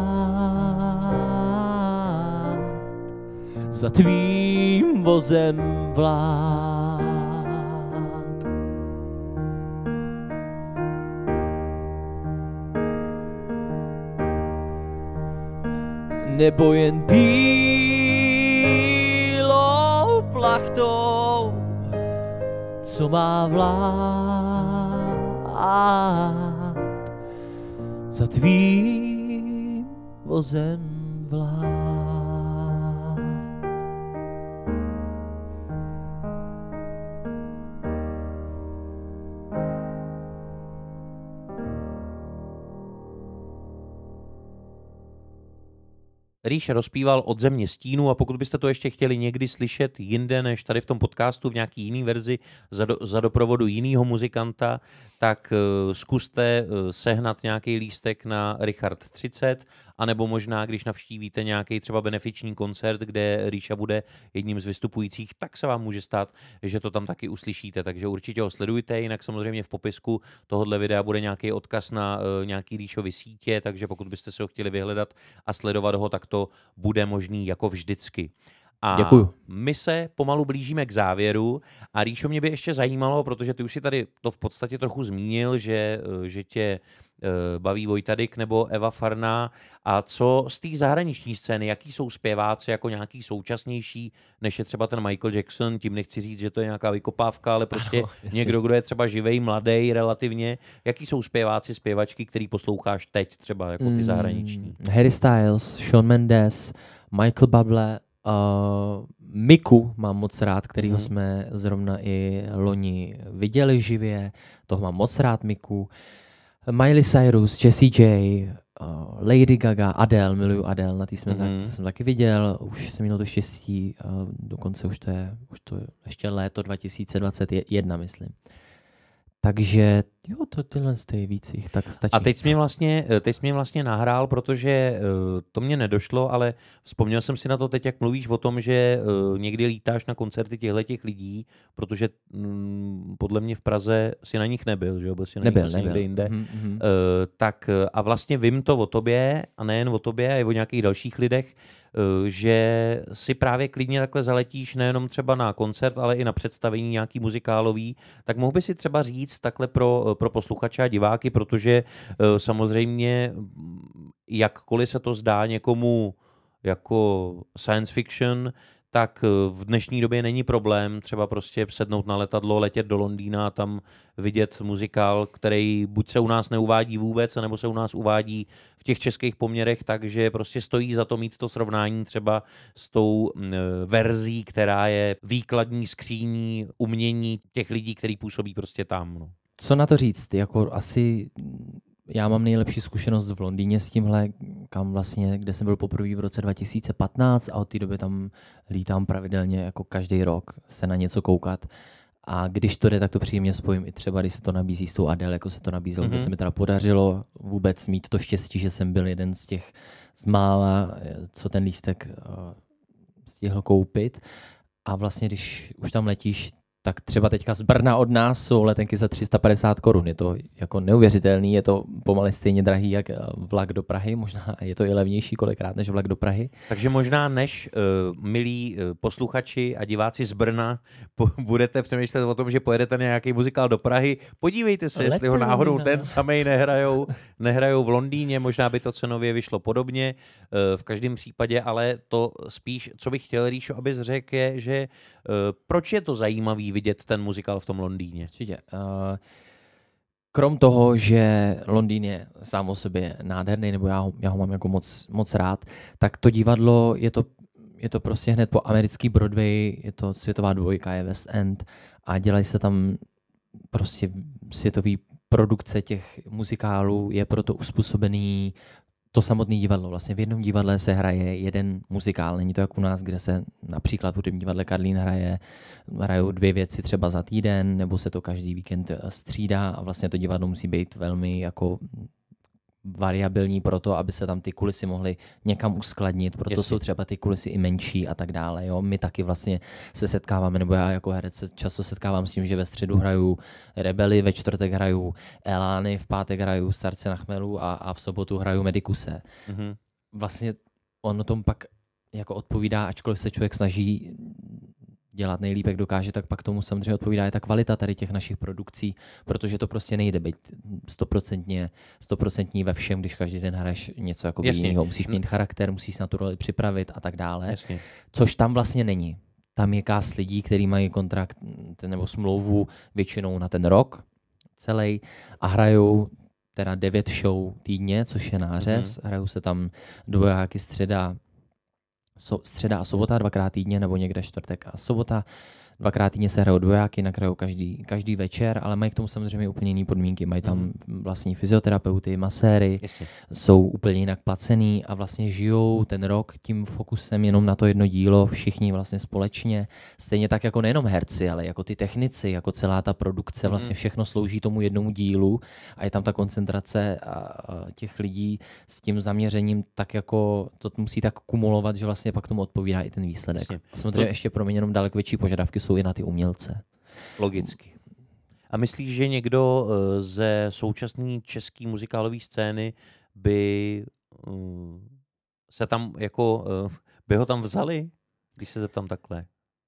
vlád za tvým vozem vlád. Nebo jen bílou plachtou, co má vlád za tvým vozem vlád. Ríša rozpíval Od země stínu a pokud byste to ještě chtěli někdy slyšet jinde než tady v tom podcastu v nějaký jiný verzi za doprovodu jiného muzikanta, tak zkuste sehnat nějaký lístek na Richard 30, anebo možná, když navštívíte nějaký třeba benefiční koncert, kde Ríša bude jedním z vystupujících, tak se vám může stát, že to tam taky uslyšíte, takže určitě ho sledujte, jinak samozřejmě v popisku tohohle videa bude nějaký odkaz na nějaký Ríšovy sítě, takže pokud byste se ho chtěli vyhledat a sledovat ho, tak to bude možný jako vždycky. A Děkuju. my se pomalu blížíme k závěru a Ríšo, mě by ještě zajímalo, protože ty už si tady to v podstatě trochu zmínil, že tě baví Vojta Dyk nebo Eva Farná, a co z té zahraniční scény, jaký jsou zpěváci jako nějaký současnější, než je třeba ten Michael Jackson, tím nechci říct, že to je nějaká vykopávka, ale prostě někdo, kdo je třeba živej, mladý relativně, jaký jsou zpěváci, zpěvačky, který posloucháš teď třeba jako ty zahraniční? Harry Styles, Shawn Mendes, Michael Bublé, Miku mám moc rád, kterýho jsme zrovna i loni viděli živě, toho mám moc rád Miku. Miley Cyrus, Jessie J, Lady Gaga, Adele, miluju Adele, na tý jsem taky viděl, už jsem měl to štěstí, dokonce už to je ještě léto 2021, myslím. Takže jo, tyhle z víc jich tak stačí. A teď jsi mě vlastně nahrál, protože to mě nedošlo, ale vzpomněl jsem si na to teď, jak mluvíš o tom, že někdy lítáš na koncerty těch lidí, protože podle mě v Praze si na nich nebyl, že jo? Byl si na nich někde jinde. Tak a vlastně vím to o tobě, a nejen o tobě, a i o nějakých dalších lidech, že si právě klidně takhle zaletíš nejenom třeba na koncert, ale i na představení nějaký muzikálový, tak mohl by si třeba říct takhle pro posluchače a diváky, protože samozřejmě jakkoliv se to zdá někomu jako science fiction, tak v dnešní době není problém třeba prostě sednout na letadlo, letět do Londýna a tam vidět muzikál, který buď se u nás neuvádí vůbec, nebo se u nás uvádí v těch českých poměrech, takže prostě stojí za to mít to srovnání třeba s tou verzí, která je výkladní skříní umění těch lidí, kteří působí prostě tam. No. Co na to říct? Jako asi já mám nejlepší zkušenost v Londýně s tímhle, kde jsem byl poprvé v roce 2015 a od té doby tam lítám pravidelně jako každý rok se na něco koukat. A když to jde, tak to příjemně spojím i třeba, když se to nabízí s tou Adele, jako se to nabízelo, kde se mi teda podařilo vůbec mít to štěstí, že jsem byl jeden z těch z mála, co ten lístek stihl koupit. A vlastně, když už tam letíš, tak třeba teďka z Brna od nás jsou letenky za 350 Kč. Je to jako neuvěřitelný, je to pomalu stejně drahý jak vlak do Prahy, možná je to i levnější kolikrát než vlak do Prahy. Takže možná než, milí posluchači a diváci z Brna, budete přemýšlet o tom, že pojedete na nějaký muzikál do Prahy, podívejte se, jestli ho náhodou ten samej nehrajou v Londýně, možná by to cenově vyšlo podobně, v každém případě, ale to spíš, co bych chtěl, Ríšo, abys řekl, je, že proč je to zajímavý vidět ten muzikál v tom Londýně? Určitě. Krom toho, že Londýn je sám o sobě nádherný, nebo já ho mám jako moc rád, tak to divadlo je to prostě hned po americký Broadway, je to světová dvojka, je West End a dělají se tam prostě světový produkce těch muzikálů, je proto uspůsobený to samotné divadlo. Vlastně v jednom divadle se hraje jeden muzikál. Není to jak u nás, kde se například v hudebním divadle Karlín hrajou 2 věci třeba za týden, nebo se to každý víkend střídá a vlastně to divadlo musí být velmi jako variabilní pro to, aby se tam ty kulisy mohly někam uskladnit, proto Jasně. jsou třeba ty kulisy i menší a tak dále. Jo? My taky vlastně se setkáváme, nebo já jako herec se často setkávám s tím, že ve středu hraju Rebely, ve čtvrtek hraju Elány, v pátek hraju Starce na chmelu a v sobotu hraju Medikuse. Mm-hmm. Vlastně on o tom pak jako odpovídá, ačkoliv se člověk snaží dělat nejlíp, jak dokáže, tak pak tomu samozřejmě odpovídá i ta kvalita tady těch našich produkcí, protože to prostě nejde být 100% ve všem, když každý den hraješ něco jako jiného. Musíš mít charakter, musíš se na tu roli připravit a tak dále. Jasně. Což tam vlastně není. Tam je cast lidí, kteří mají kontrakt nebo smlouvu většinou na ten rok celý a hrajou teda 9 show týdně, což je nářez. Hrajou se tam dvojáky středa a sobota 2krát týdně, nebo někde čtvrtek a sobota. 2krát týdně se hrajou dvojáky, nakrajou každý večer, ale mají k tomu samozřejmě úplně jiné podmínky. Mají tam vlastní fyzioterapeuty, maséry, jsou úplně jinak placený a vlastně žijou ten rok tím fokusem jenom na to jedno dílo, všichni vlastně společně. Stejně tak jako nejenom herci, ale jako ty technici, jako celá ta produkce, vlastně všechno slouží tomu jednomu dílu a je tam ta koncentrace a těch lidí s tím zaměřením, tak jako to musí tak kumulovat, že vlastně pak tomu odpovídá i ten výsledek. A samozřejmě ještě pro mě jenom daleko větší požadavky jsou i na ty umělce. Logicky. A myslíš, že někdo ze současné české muzikálové scény by se tam jako by ho tam vzali, když se zeptám takhle?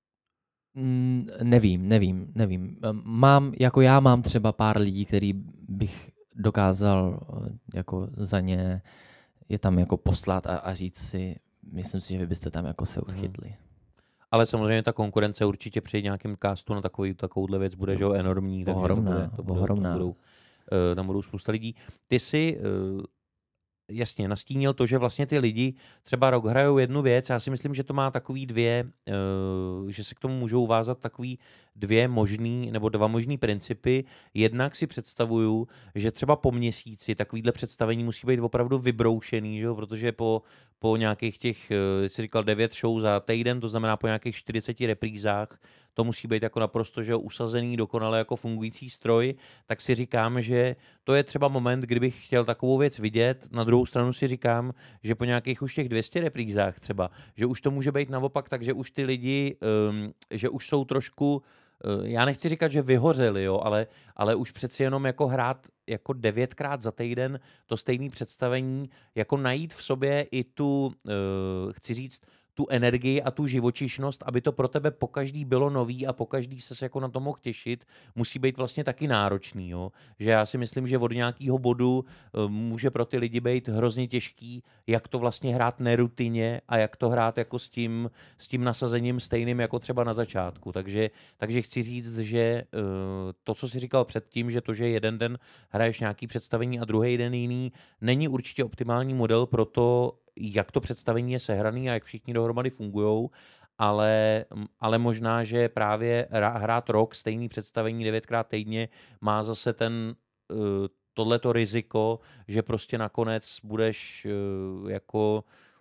Nevím. Já mám třeba pár lidí, který bych dokázal jako za ně je tam jako poslat a říct si, myslím si, že vy byste tam jako se uchytli. Ale samozřejmě ta konkurence určitě při nějakém castu na takovouhle věc bude že enormní. Ohromná. Tam budou spousta lidí. Ty jsi jasně nastínil to, že vlastně ty lidi třeba rok hrajou jednu věc. Já si myslím, že to má takový že se k tomu můžou vázat takový dva možný principy. Jednak si představuju, že třeba po měsíci takovýhle představení musí být opravdu vybroušený, že jo? Protože po nějakých těch, jsi říkal 9 show za týden, to znamená po nějakých 40 reprízách, to musí být jako naprosto že usazený, dokonale jako fungující stroj, tak si říkám, že to je třeba moment, kdybych chtěl takovou věc vidět. Na druhou stranu si říkám, že po nějakých už těch 200 reprízách třeba, že už to může být naopak tak, že už ty lidi, že už jsou trošku, já nechci říkat, že vyhořeli, jo, ale už přeci jenom jako hrát jako 9krát za týden to stejné představení, jako najít v sobě i tu, chci říct, tu energii a tu živočišnost, aby to pro tebe pokaždý bylo nový a pokaždý ses jako na to mohl těšit, musí být vlastně taky náročný. Jo? Že já si myslím, že od nějakého bodu může pro ty lidi být hrozně těžký, jak to vlastně hrát nerutině a jak to hrát jako s tím nasazením stejným jako třeba na začátku. Takže chci říct, že to, co jsi říkal předtím, že to, že jeden den hraješ nějaký představení a druhý den jiný, není určitě optimální model pro to, jak to představení je sehraný a jak všichni dohromady fungujou, ale možná, že právě hrát rok stejný představení 9krát týdně má zase tohleto riziko, že prostě nakonec budeš jako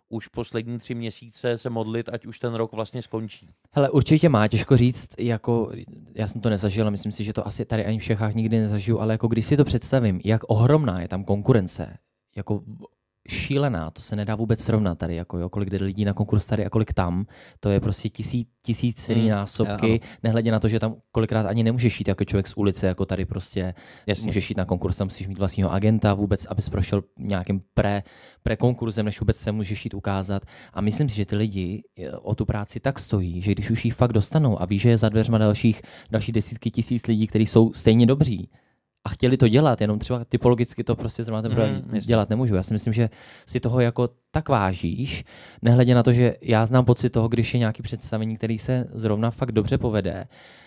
už poslední 3 měsíce se modlit, ať už ten rok vlastně skončí? Hele, určitě má, těžko říct, jako já jsem to nezažil a myslím si, že to asi tady ani v Čechách nikdy nezažiju, ale jako když si to představím, jak ohromná je tam konkurence, jako šílená, to se nedá vůbec srovnat tady, jako jo, kolik jde lidí na konkurs tady a kolik tam, to je prostě tisíciný násobky, nehledě na to, že tam kolikrát ani nemůžeš jít jako člověk z ulice, jako tady prostě můžeš jít na konkurs, tam musíš mít vlastního agenta vůbec, abys prošel nějakým prekonkurzem, než vůbec se můžeš jít ukázat. A myslím si, že ty lidi o tu práci tak stojí, že když už ji fakt dostanou a ví, že je za dveřma další desítky tisíc lidí, kteří jsou stejně dobří, a chtěli to dělat, jenom třeba typologicky to prostě zrovna dělat nemůžu. Já si myslím, že si toho jako tak vážíš, nehledě na to, že já znám pocit toho, když je nějaký představení, který se zrovna fakt dobře povede,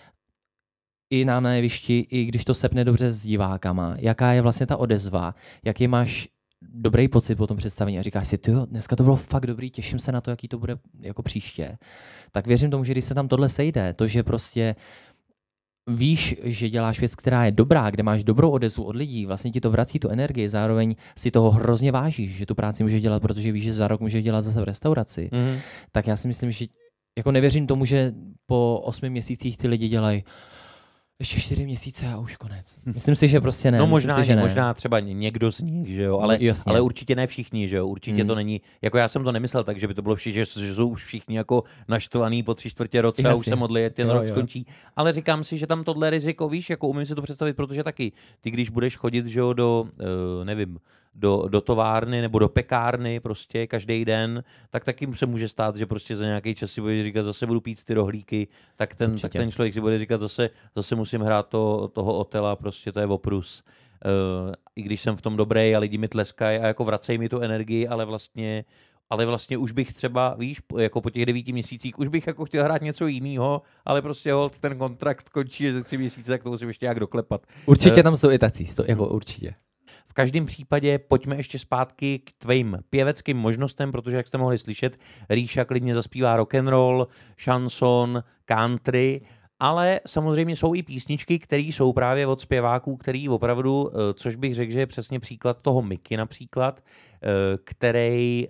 i na jevišti, i když to sepne dobře s divákama, jaká je vlastně ta odezva, jaký máš dobrý pocit po tom představení a říkáš si, tyjo, dneska to bylo fakt dobrý, těším se na to, jaký to bude jako příště. Tak věřím tomu, že když se tam tohle sejde, to, že prostě víš, že děláš věc, která je dobrá, kde máš dobrou odezvu od lidí, vlastně ti to vrací tu energii, zároveň si toho hrozně vážíš, že tu práci můžeš dělat, protože víš, že za rok můžeš dělat zase v restauraci. Tak já si myslím, že jako nevěřím tomu, že po 8 měsících ty lidi dělají ještě 4 měsíce a už konec. Myslím si, že prostě ne. No možná, si, že ne. Možná třeba někdo z nich, že jo, ale určitě ne všichni, že jo, určitě to není, jako já jsem to nemyslel tak, že by to bylo že jsou už všichni jako naštvaný po 3/4 roce a už se modlí, ten rok skončí, ale říkám si, že tam tohle riziko, víš, jako umím si to představit, protože taky ty, když budeš chodit, že jo, do, nevím, do továrny nebo do pekárny prostě každý den, tak taky se může stát, že prostě za nějaký čas si bude říkat, zase budu pít ty rohlíky, tak ten člověk si bude říkat, zase musím hrát toho Otela, prostě to je oprus. I když jsem v tom dobrý a lidi mi tleskají a jako vracejí mi tu energii, ale vlastně už bych třeba, víš, jako po těch 9 měsících, už bych jako chtěl hrát něco jiného, ale prostě holt, ten kontrakt končí za 3 měsíce, tak to musím ještě jak doklepat. Určitě tam jsou i tací, jako určitě. V každém případě pojďme ještě zpátky k tvým pěveckým možnostem, protože jak jste mohli slyšet, Ríša klidně zaspívá rock and roll, šanson, country, ale samozřejmě jsou i písničky, které jsou právě od zpěváků, který opravdu, což bych řekl, že je přesně příklad toho Miky například, který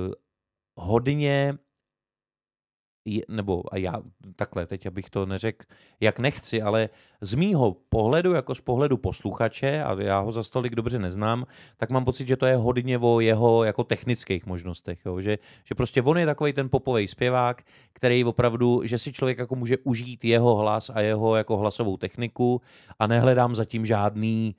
hodně nebo a já takhle, teď abych to neřekl, jak nechci, ale z mýho pohledu, jako z pohledu posluchače, a já ho za tolik dobře neznám, tak mám pocit, že to je hodně o jeho jako technických možnostech, jo? Že prostě on je takovej ten popovej zpěvák, který opravdu, že si člověk jako může užít jeho hlas a jeho jako hlasovou techniku a nehledám zatím žádný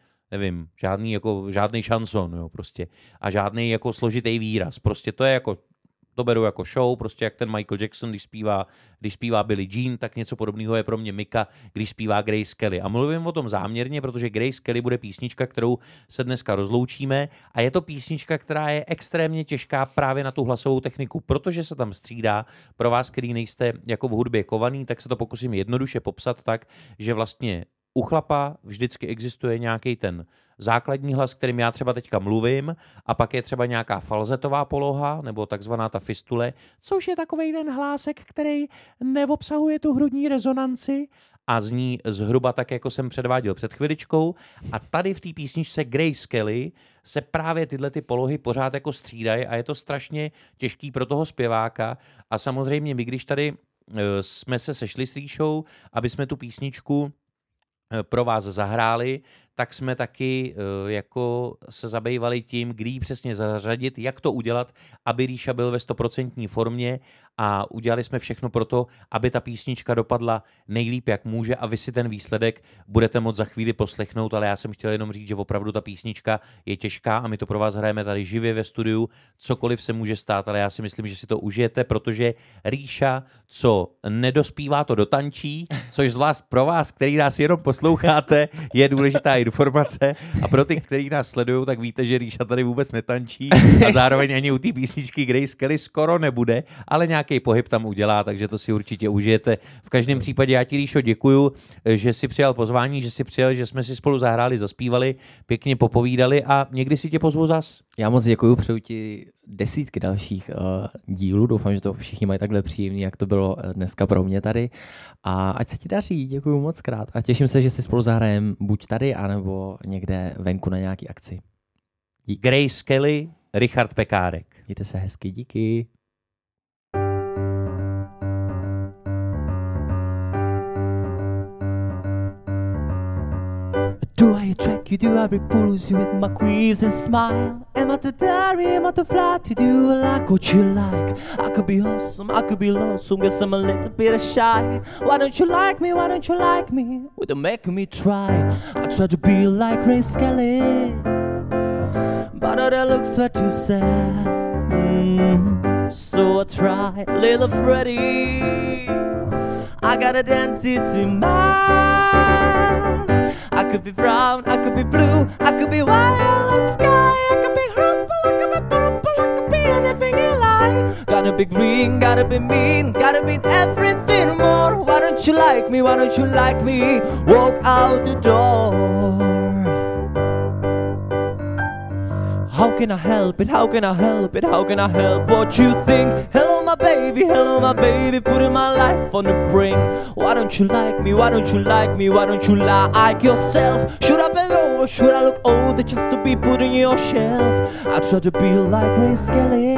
žádný šanson, jo, prostě. A žádný jako složitý výraz. Prostě to je jako to beru jako show, prostě jak ten Michael Jackson, když zpívá Billie Jean, tak něco podobného je pro mě Mika, když zpívá Grace Kelly. A mluvím o tom záměrně, protože Grace Kelly bude písnička, kterou se dneska rozloučíme a je to písnička, která je extrémně těžká právě na tu hlasovou techniku, protože se tam střídá. Pro vás, který nejste jako v hudbě kovaný, tak se to pokusím jednoduše popsat tak, že vlastně u chlapa vždycky existuje nějaký ten základní hlas, kterým já třeba teďka mluvím, a pak je třeba nějaká falzetová poloha, nebo takzvaná ta fistule, což je takovej ten hlásek, který neobsahuje tu hrudní rezonanci a zní zhruba tak, jako jsem předváděl před chviličkou. A tady v té písničce Grace Kelly se právě tyhle ty polohy pořád jako střídají a je to strašně těžký pro toho zpěváka. A samozřejmě my, když tady jsme se sešli s Ríšou, aby jsme tu písničku pro vás zahráli, tak jsme taky jako se zabývali tím, kdy ji přesně zařadit, jak to udělat, aby Ríša byl ve 100% formě, a udělali jsme všechno pro to, aby ta písnička dopadla nejlíp, jak může, a vy si ten výsledek budete moct za chvíli poslechnout, ale já jsem chtěl jenom říct, že opravdu ta písnička je těžká a my to pro vás hrajeme tady živě ve studiu, cokoliv se může stát, ale já si myslím, že si to užijete, protože Ríša, co nedospívá, to dotančí, což zvlášť pro vás, který nás jenom posloucháte, je důležitá informace, a pro ty, kteří nás sledují, tak víte, že Ríša tady vůbec netančí a zároveň ani u té písničky Grace Kelly skoro nebude, ale nějaký pohyb tam udělá, takže to si určitě užijete. V každém případě já ti, Ríšo, děkuju, že jsi přijal pozvání, že jsi přijel, že jsme si spolu zahráli, zaspívali, pěkně popovídali a někdy si tě pozvu zas. Já moc děkuju, přeju ti desítky dalších dílů, doufám, že to všichni mají takhle příjemný, jak to bylo dneska pro mě tady, a ať se ti daří, děkuju moc krát a těším se, že si spolu zahrajem buď tady, anebo někde venku na nějaký akci. Grace Kelly, Richard Pekárek. Mějte se hezky, díky. Do I attract you? Do I repulse you with my queasy smile? Am I too daring? Am I too flat? Do you like what you like? I could be awesome, I could be lonesome, guess I'm a little bit shy. Why don't you like me? Why don't you like me? Without making me try. I try to be like Grace Kelly, but that looks way too sad. So I try, little Freddie. I got identity mind. I could be brown, I could be blue, I could be violet sky, I could be purple, I could be purple, I could be anything you like. Gotta be green, gotta be mean, gotta be everything more. Why don't you like me? Why don't you like me? Walk out the door. How can I help it? How can I help it? How can I help what you think? Hello my baby, putting my life on the brink. Why don't you like me? Why don't you like me? Why don't you like yourself? Should I bend over? Should I look older just to be put in your shelf? I try to be like Grace Kelly,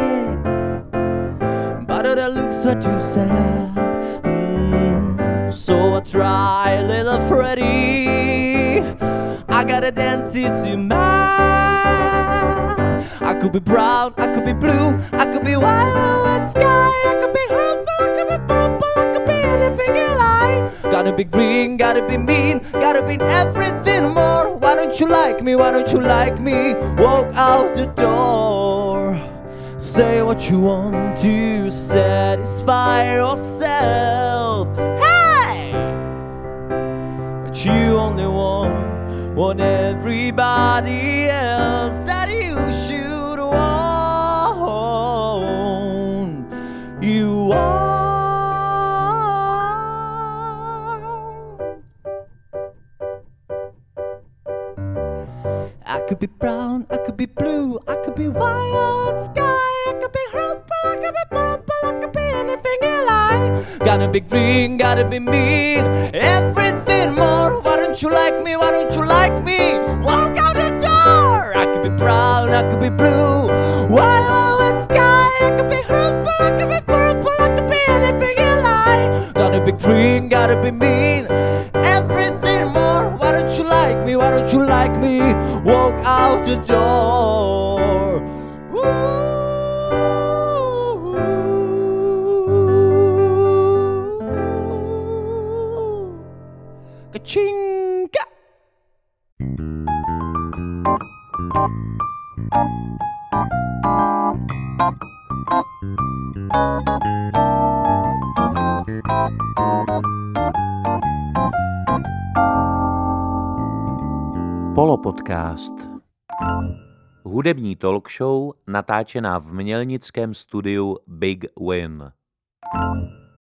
but that looks way too sad. So I try, little Freddie. I got identity mind. I could be brown, I could be blue, I could be violet sky, I could be purple, I could be purple, I could be anything you like. Gotta be green, gotta be mean, gotta be everything more. Why don't you like me? Why don't you like me? Walk out the door. Say what you want to satisfy yourself. Hey! But you only want everybody else that you should want. You want. I could be brown, I could be blue, I could be violet sky, I could be purple, I could be purple, I could be anything you like. Gotta be green, gotta be mean, everything more. Why don't you like me? Why don't you like me? Walk out the door. I could be brown, I could be blue, violet sky, I could be purple, I could be purple, I could be anything you like. Gotta be green, gotta be mean, everything more. Why don't you like me? Why don't you like me? Walk out the door. Ka-chinga! Polopodcast. Hudební talk show natáčená v mělnickém studiu Big Win.